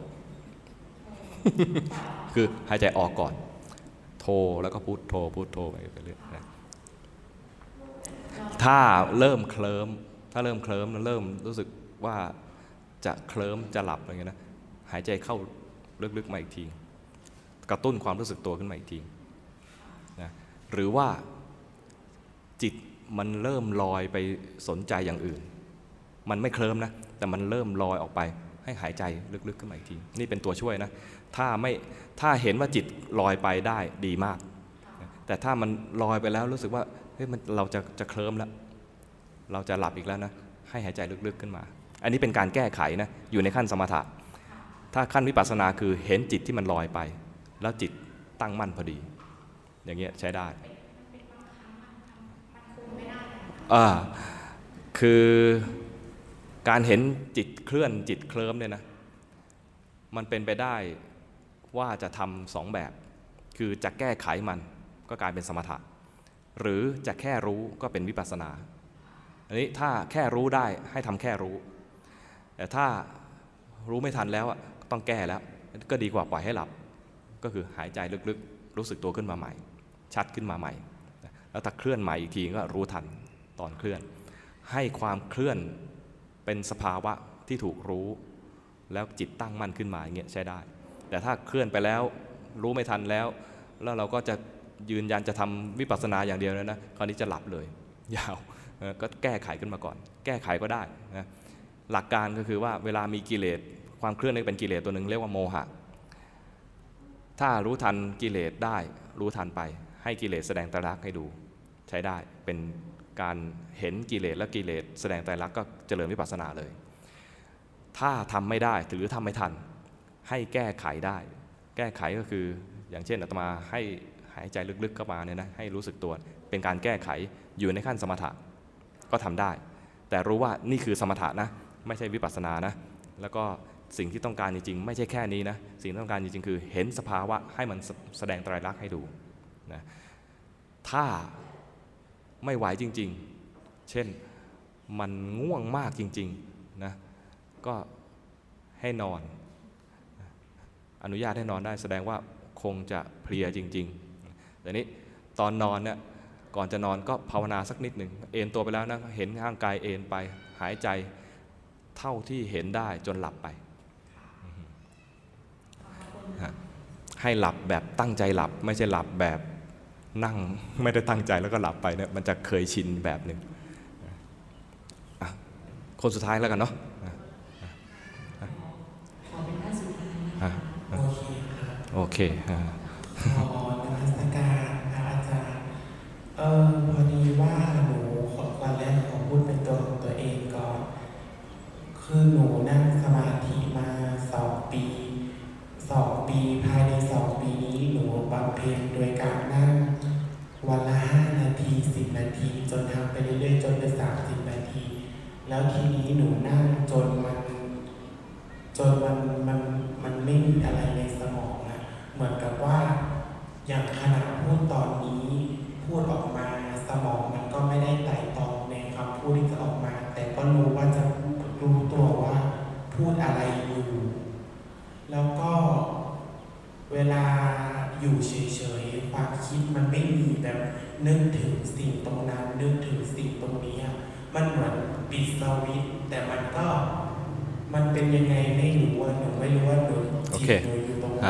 คือหายใจออกก่อนโธแล้วก็พุทโธพุทโธไปเรื่อยๆนะถ้าเริ่มเคลิ้มถ้าเริ่มเคลิ้มเริ่มรู้สึกว่าจะเคลิ้มจะหลับอะไรเงี้ยนะหายใจเข้าลึกๆมาอีกทีกระตุ้นความรู้สึกตัวขึ้นมาอีกทีนะหรือว่าจิตมันเริ่มลอยไปสนใจอย่างอื่นมันไม่เคลิ้มนะแต่มันเริ่มลอยออกไปให้หายใจลึกๆขึ้นมาอีกทีนี่เป็นตัวช่วยนะถ้าไม่ถ้าเห็นว่าจิตลอยไปได้ดีมากแต่ถ้ามันลอยไปแล้วรู้สึกว่าเฮ้ยมันเราจะจะเคลิ้มแล้วเราจะหลับอีกแล้วนะให้หายใจลึกๆขึ้นมาอันนี้เป็นการแก้ไขนะอยู่ในขั้นสมถะถ้าขั้นวิปัสสนาคือเห็นจิตที่มันลอยไปแล้วจิตตั้งมั่นพอดีอย่างเงี้ยใช้ได้อ่าคือการเห็นจิตเคลื่อนจิตเคลิ้มเนี่ยนะมันเป็นไปได้ว่าจะทำสองแบบคือจะแก้ไขมันก็กลายเป็นสมถะหรือจะแค่รู้ก็เป็นวิปัสสนาอันนี้ถ้าแค่รู้ได้ให้ทำแค่รู้แต่ถ้ารู้ไม่ทันแล้วต้องแก้แล้วก็ดีกว่าปล่อยให้หลับก็คือหายใจลึกๆรู้สึกตัวขึ้นมาใหม่ชัดขึ้นมาใหม่แล้วถ้าเคลื่อนใหม่อีกทีก็รู้ทันตอนเคลื่อนให้ความเคลื่อนเป็นสภาวะที่ถูกรู้แล้วจิตตั้งมั่นขึ้นมาอย่างเงี้ยใช้ได้แต่ถ้าเคลื่อนไปแล้วรู้ไม่ทันแล้วแล้วเราก็จะยืนยันจะทำวิปัสสนาอย่างเดียวแล้วนะคราวนี้จะหลับเลยยาวก็แก้ไขขึ้นมาก่อนแก้ไขก็ได้นะหลักการก็คือว่าเวลามีกิเลสความเคลื่อนนี่เป็นกิเลสตัวหนึ่งเรียกว่าโมหะถ้ารู้ทันกิเลสได้รู้ทันไปให้กิเลสแสดงไตรลักษณ์ให้ดูใช้ได้เป็นการเห็นกิเลสและกิเลสแสดงไตรลักษณ์ก็เจริญวิปัสสนาเลยถ้าทำไม่ได้หรือทำไม่ทันให้แก้ไขได้แก้ไขก็คืออย่างเช่นอาตมาให้หายใจลึกๆเข้ามาเนี่ยนะให้รู้สึกตัวเป็นการแก้ไขอยู่ในขั้นสมถะก็ทำได้แต่รู้ว่านี่คือสมถะนะไม่ใช่วิปัสสนานะแล้วก็สิ่งที่ต้องการจริงๆไม่ใช่แค่นี้นะสิ่งที่ต้องการจริงๆคือเห็นสภาวะให้มันแสดงไตรลักษณ์ให้ดูนะถ้าไม่ไหวจริงๆเช่นมันง่วงมากจริงๆนะก็ให้นอนอนุญาตให้นอนได้แสดงว่าคงจะเพลียจริงๆแต่นี้ตอนนอนเนี่ยก่อนจะนอนก็ภาวนาสักนิดหนึ่งเอนตัวไปแล้วนะเห็นร่างกายเอนไปหายใจเท่าที่เห็นได้จนหลับไปให้หลับแบบตั้งใจหลับไม่ใช่หลับแบบนั่งไม่ได้ตั้งใจแล้วก็หลับไปเนี่ยมันจะเคยชินแบบหนึ่งคนสุดท้ายแล้วกันเนาะขอเป็นท่านสุดท้ายนะคะโอเคครับขอนมัสการพระอาจารย์เออพอดีว่าหนูขอวันแรกขอพูดเป็นตัวของตัวเองก่อนคือหนูนั่งสมาธิมาสองปีสองปีภายในสองปีนี้หนูบำเพ็ญโดยการนั่งวันละห้านาทีสิบนาทีจนทำไปเรื่อยๆจนเป็นสามสิบนาทีแล้วทีนี้หนูนั่งจนมันจนมันมันมันไม่มีอะไรในสมองนะเหมือนกับว่าอย่างขณะพูดตอนนี้พูดออกมาสมองมันก็ไม่ได้ไต่ตองในคำพูดที่จะออกมาแต่ก็รู้ว่าจะรู้ตัวว่าพูดอะไรอยู่แล้วก็เวลาอยู่เฉยๆความคิดมันไม่มีแบบนึกถึงสิ่งตรงนั้นนึกถึงสิ่งตรงนี้มันเหมือนปิดสวิตช์แต่มันก็มันเป็นยังไงไม่รู้ว่าหนูไม่รู้ว่าหนูจิตหนูอยู่ตรงไหน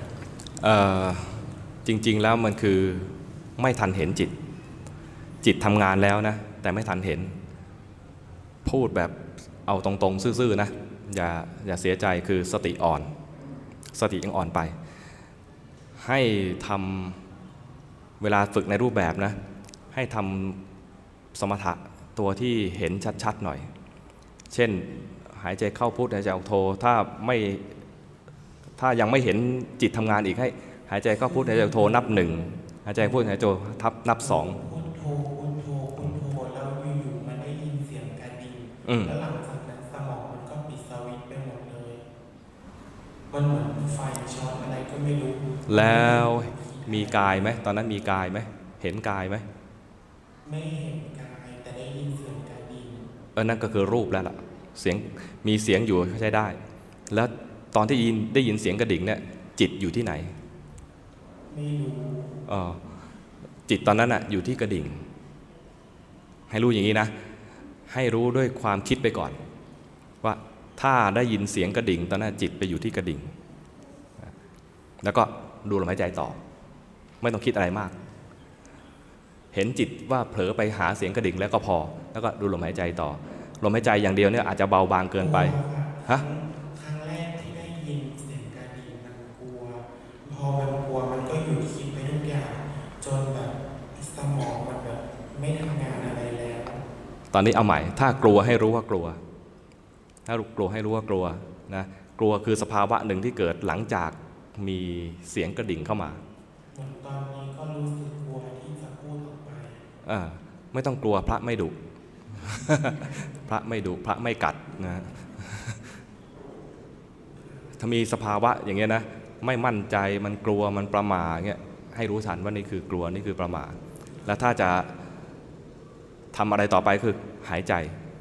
จริงๆแล้วมันคือไม่ทันเห็นจิตจิตทำงานแล้วนะแต่ไม่ทันเห็นพูดแบบเอาตรงๆซื่อๆนะอย่าอย่าเสียใจคือสติอ่อนสติยังอ่อนไปให้ทำเวลาฝึกในรูปแบบนะให้ทำสมถะตัวที่เห็นชัดๆหน่อยเช่นหายใจเข้าพุทหายใจออกโทถ้าไม่ถ้ายังไม่เห็นจิตทำงานอีกให้หายใจเข้าพุทหายใจออกโทนับหนึ่งหายใจพุทหายใจโททับนับสองพุทโธพุทโธพุทโธแล้วอยู่ๆมันได้ยินเสียงกระดิ่งแล้วหลังจากนั้นสมองมันก็ปิดสวิตช์ไปหมดเลยมันเหมือนไฟช็อตอะไรก็ไม่รู้แล้วมีกายไหมตอนนั้นมีกายไหมเห็นกายไหมไม่เห็นกายแต่ได้ยินเสียงกระดิ่งเออนั่นก็คือรูปแล้วล่ะเสียงมีเสียงอยู่ใช้ได้แล้วตอนที่ยินได้ยินเสียงกระดิ่งเนี่ยจิตอยู่ที่ไหนไม่รู้อ๋อจิตตอนนั้นอะอยู่ที่กระดิ่งให้รู้อย่างนี้นะให้รู้ด้วยความคิดไปก่อนว่าถ้าได้ยินเสียงกระดิ่งตอนนั้นจิตไปอยู่ที่กระดิ่งแล้วก็ดูลมหายใจต่อไม่ต้องคิดอะไรมากเห็นจิตว่าเผลอไปหาเสียงกระดิ่งแล้วก็พอแล้วก็ดูลมหายใจต่อลมหายใจอย่างเดียวเนี่ยอาจจะเบาบางเกินไปฮะครั้งแรกที่ได้ยินเสียงกระดิ่งมันกลัวพอมันกลัวมันก็หยุดคิดไปทุกอย่างจนแบบสมองมันแบบไม่ทำงานอะไรแล้วตอนนี้เอาใหม่ถ้ากลัวให้รู้ว่ากลัวถ้ากลัวให้รู้ว่ากลัวนะกลัวคือสภาวะหนึ่งที่เกิดหลังจากมีเสียงกระดิ่งเข้ามาตอนนี้ก็รู้สึกกลัวที่จะพูดออกไปอ่าไม่ต้องกลัวพระไม่ดุ พระไม่ดุพระไม่กัดนะถ้ามีสภาวะอย่างเงี้ยนะไม่มั่นใจมันกลัวมันประหม่าเงี้ยให้รู้ทันว่านี่คือกลัวนี่คือประหม่าแล้วถ้าจะทำอะไรต่อไปคือหายใจ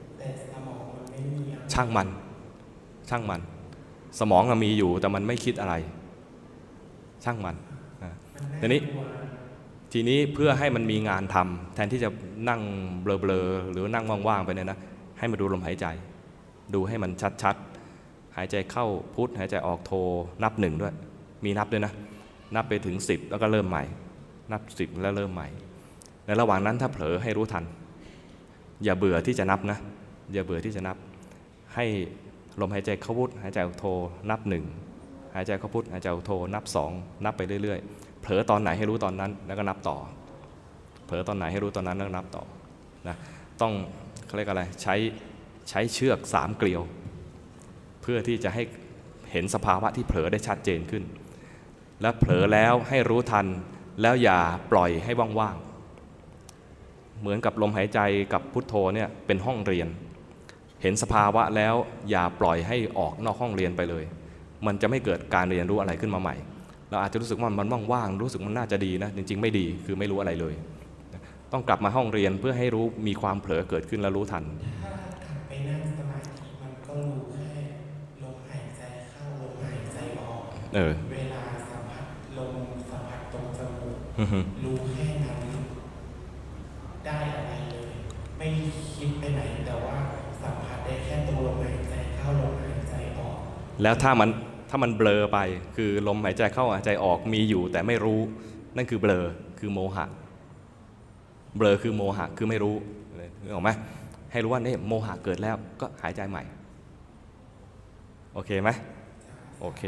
ช่างมันช่างมันสมองมีอยู่แต่มันไม่คิดอะไรช่างมันทีนี้ทีนี้เพื่อให้มันมีงานทำแทนที่จะนั่งเบลอๆหรือนั่งว่างๆไปเนี่ยนะให้มาดูลมหายใจดูให้มันชัดๆหายใจเข้าพุทหายใจออกโทนับหนึ่งด้วยมีนับด้วยนะนับไปถึงสิบแล้วก็เริ่มใหม่นับสิบแล้วเริ่มใหม่ในระหว่างนั้นถ้าเผลอให้รู้ทันอย่าเบื่อที่จะนับนะอย่าเบื่อที่จะนับให้ลมหายใจเข้าพุทหายใจออกโทนับหนึ่งหายใจเข้าพุทหายใจออกโทนับสองนับไปเรื่อยๆเผลอตอนไหนให้รู้ตอนนั้นแล้วก็นับต่อเผลอตอนไหนให้รู้ตอนนั้นแล้วนับต่อนะต้องเขาเรียกอะไรใช้ใช้เชือกสามเกลียวเพื่อที่จะให้เห็นสภาวะที่เผลอได้ชัดเจนขึ้นและเผลอแล้วให้รู้ทันแล้วอย่าปล่อยให้ว่างๆเหมือนกับลมหายใจกับพุทโธเนี่ยเป็นห้องเรียนเห็นสภาวะแล้วอย่าปล่อยให้ออกนอกห้องเรียนไปเลยมันจะไม่เกิดการเรียนรู้อะไรขึ้นมาใหม่เราอาจจะรู้สึกว่ามันว่างๆรู้สึกมันน่าจะดีนะจริงๆไม่ดีคือไม่รู้อะไรเลยต้องกลับมาห้องเรียนเพื่อให้รู้มีความเผลอเกิดขึ้นแล้วรู้ทันถ้าไปนั่งสมาธิมันก็รู้แค่ลมหายใจเข้าลมหายใจออกเออเวลาสัมผัสลมสัมผัสตรงจมูกรู้แค่นั้นได้อะไรเลยไม่คิดไปไหนแต่ว่าสัมผัสได้แค่ตัวลมหายใจเข้าลมหายใจออกแล้วถ้ามันถ้ามันเบลอไปคือลมหายใจเข้าหายใจออกมีอยู่แต่ไม่รู้นั่นคือเบลอคือโมหะเบลอคือโมหะคือไม่รู้นึกออกไหมให้รู้ว่าเนี่ยโมหะเกิดแล้วก็หายใจใหม่โอเคไหมโอเค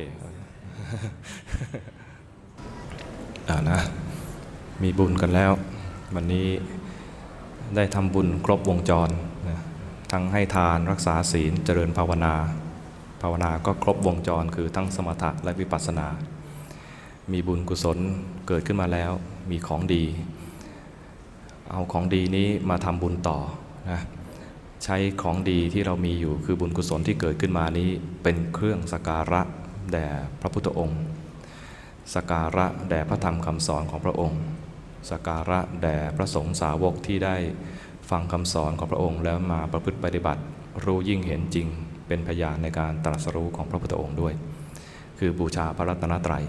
อ่านะมีบุญกันแล้ววันนี้ได้ทำบุญครบวงจรนะทั้งให้ทานรักษาศีลเจริญภาวนาภาวนาก็ครบวงจรคือทั้งสมถะและวิปัสสนามีบุญกุศลเกิดขึ้นมาแล้วมีของดีเอาของดีนี้มาทำบุญต่อนะใช้ของดีที่เรามีอยู่คือบุญกุศลที่เกิดขึ้นมานี้เป็นเครื่องสักการะแด่พระพุทธองค์สักการะแด่พระธรรมคำสอนของพระองค์สักการะแด่พระสงฆ์สาวกที่ได้ฟังคำสอนของพระองค์แล้วมาประพฤติปฏิบัติรู้ยิ่งเห็นจริงเป็นพยานในการตรัสรู้ของพระพุทธองค์ด้วยคือบูชาพระรัตนตรัย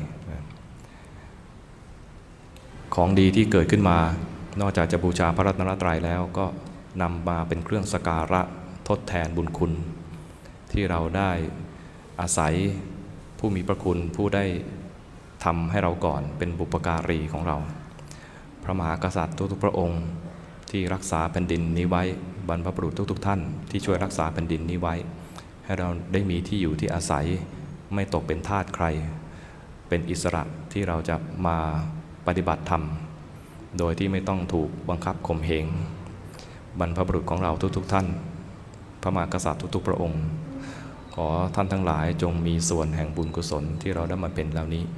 ของดีที่เกิดขึ้นมานอกจากจะบูชาพระรัตนตรัยแล้วก็นำมาเป็นเครื่องสักการะทดแทนบุญคุณที่เราได้อาศัยผู้มีพระคุณผู้ได้ทำให้เราก่อนเป็นบุปการีของเราพระมหากษัตริย์ทุกๆพระองค์ที่รักษาแผ่นดินนี้ไว้บรรพบุรุษทุกๆท่านที่ช่วยรักษาแผ่นดินนี้ไว้ให้เราได้มีที่อยู่ที่อาศัยไม่ตกเป็นทาสใครเป็นอิสระที่เราจะมาปฏิบัติธรรมโดยที่ไม่ต้องถูกบังคับข่มเหงบรรพบุรุษของเราทุกๆท่านพระมหากษัตริย์ทุกๆพระองค์ขอท่านทั้งหลายจงมีส่วนแห่งบุญกุศลที่เราได้มาเป็นแล้วนี้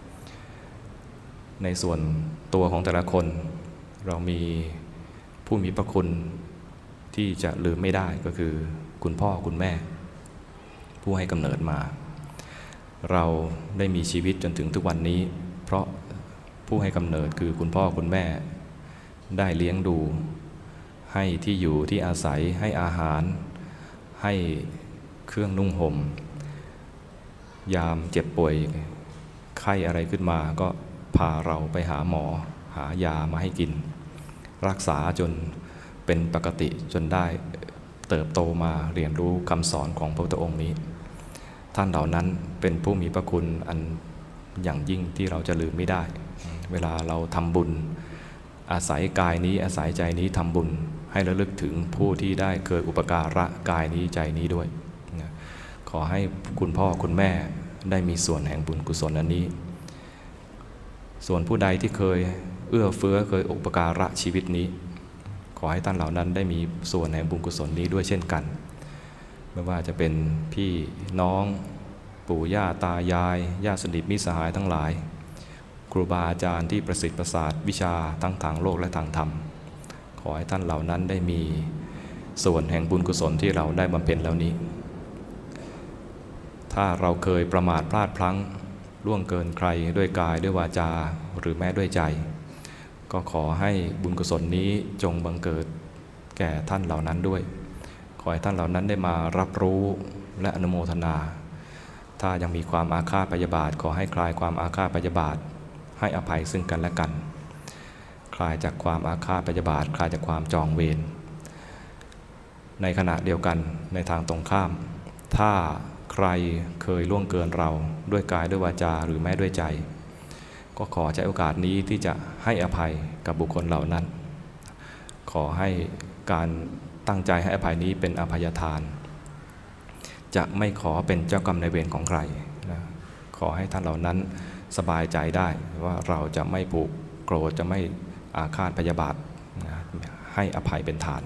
ในส่วนตัวของแต่ละคนเรามีผู้มีพระคุณที่จะลืมไม่ได้ก็คือคุณพ่อคุณแม่ผู้ให้กำเนิดมาเราได้มีชีวิตจนถึงทุกวันนี้เพราะผู้ให้กำเนิดคือคุณพ่อคุณแม่ได้เลี้ยงดูให้ที่อยู่ที่อาศัยให้อาหารให้เครื่องนุ่งห่มยามเจ็บป่วยไข้อะไรขึ้นมาก็พาเราไปหาหมอหายามาให้กินรักษาจนเป็นปกติจนได้เติบโตมาเรียนรู้คำสอนของพระพุทธองค์นี้ท่านเหล่านั้นเป็นผู้มีพระคุณอันอย่างยิ่งที่เราจะลืมไม่ได้เวลาเราทำบุญอาศัยกายนี้อาศัยใจนี้ทำบุญให้ระลึกถึงผู้ที่ได้เคยอุปการะกายนี้ใจนี้ด้วยขอให้คุณพ่อคุณแม่ได้มีส่วนแห่งบุญกุศลอันนี้ส่วนผู้ใดที่เคยเอื้อเฟื้อเคยอุปการะชีวิตนี้ขอให้ท่านเหล่านั้นได้มีส่วนแห่งบุญกุศลนี้ด้วยเช่นกันไม่ว่าจะเป็นพี่น้องปู่ย่าตายายญาติสนิทมิตรสหายทั้งหลายครูบาอาจารย์ที่ประสิทธิ์ประสาทวิชาทั้งทางโลกและทางธรรมขอให้ท่านเหล่านั้นได้มีส่วนแห่งบุญกุศลที่เราได้บำเพ็ญแล้วนี้ถ้าเราเคยประมาทพลาดพลั้งล่วงเกินใครด้วยกายด้วยวาจาหรือแม้ด้วยใจก็ขอให้บุญกุศลนี้จงบังเกิดแก่ท่านเหล่านั้นด้วยขอให้ท่านเหล่านั้นได้มารับรู้และอนุโมทนาถ้ายังมีความอาฆาตพยาบาทขอให้คลายความอาฆาตพยาบาทให้อภัยซึ่งกันและกันคลายจากความอาฆาตพยาบาทคลายจากความจองเวรในขณะเดียวกันในทางตรงข้ามถ้าใครเคยล่วงเกินเราด้วยกายด้วยวาจาหรือแม้ด้วยใจก็ขอใช้โอกาสนี้ที่จะให้อภัยกับบุคคลเหล่านั้นขอให้การตั้งใจให้อภัยนี้เป็นอภัยทานจะไม่ขอเป็นเจ้ากรรมนายเวรของใครนะขอให้ท่านเหล่านั้นสบายใจได้ว่าเราจะไม่ผูกโกรธจะไม่อาฆาตพยาบาทนะให้อภัยเป็นทาน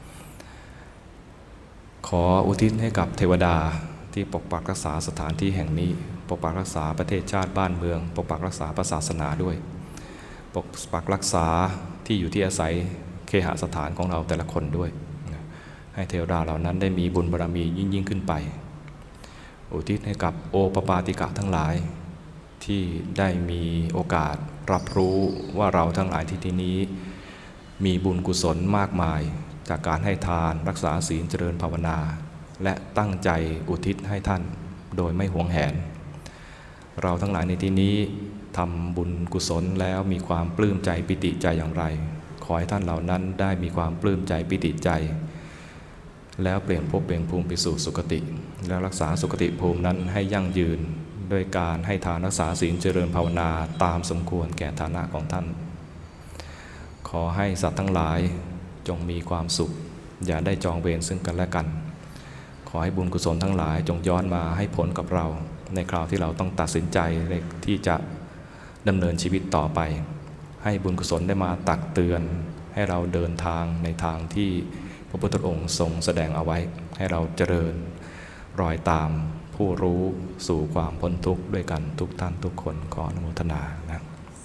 ขออุทิศให้กับเทวดาที่ปกปักรักษาสถานที่แห่งนี้ปกปักรักษาประเทศชาติบ้านเมืองปกปักรักษาศาสนาด้วยปกปักรักษาที่อยู่ที่อาศัยเคหสถานของเราแต่ละคนด้วยให้เทวดาเหล่านั้นได้มีบุญบารมียิ่งยิ่งขึ้นไปอุทิศให้กับโอปปาติกะทั้งหลายที่ได้มีโอกาสรับรู้ว่าเราทั้งหลายที่ที่นี้มีบุญกุศลมากมายจากการให้ทานรักษาศีลเจริญภาวนาและตั้งใจอุทิศให้ท่านโดยไม่หวงแหนเราทั้งหลายในที่นี้ทำบุญกุศลแล้วมีความปลื้มใจปิติใจอย่างไรขอให้ท่านเหล่านั้นได้มีความปลื้มใจปิติใจแล้วเปลี่ยนภพเปลี่ยนภูมิไปสู่สุคติแล้วรักษาสุคติภูมินั้นให้ยั่งยืนโดยการให้ทานรักษาศีลเจริญภาวนาตามสมควรแก่ฐานะของท่านขอให้สัตว์ทั้งหลายจงมีความสุขอย่าได้จองเวรซึ่งกันและกันขอให้บุญกุศลทั้งหลายจงย้อนมาให้ผลกับเราในคราวที่เราต้องตัดสินใจที่จะดำเนินชีวิตต่อไปให้บุญกุศลได้มาตักเตือนให้เราเดินทางในทางที่พระพุทธองค์ทรงแสดงเอาไว้ให้เราเจริญรอยตามผู้รู้สู่ความพ้นทุกข์ด้วยกันทุกท่านทุกคนขออนุโมทนานะ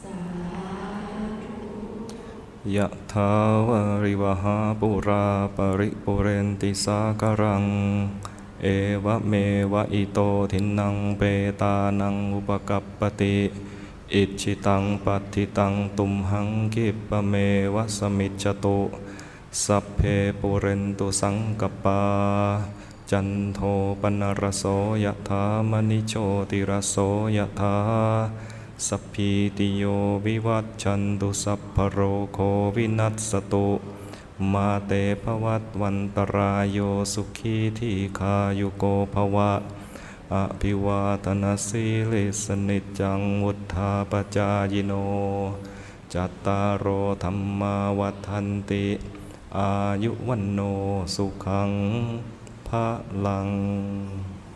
ยะถาวาริวหาปุราปริปุเรนติสาการังเอวะเมวะอิโตทินังเปตานังอุปกัปปติอิชิตังปัฏฐิตังตุมหังคิปะเมวะสมิจฉตุสัพเพปุเรนตุสังกปาจันโทปนรโสยะถามณิโชติรโสยะถาสัพพิติโยวิวัชชันตุสัพพโรโควินัสสตุมาเตภวัตวันตรายโยสุขีทีขายุโกภวะอภิวาทนาสีลิสนิจังวุธาปจายโนจัตตารโอธัมมาวัฏันติอายุวันโนสุขังภะลัง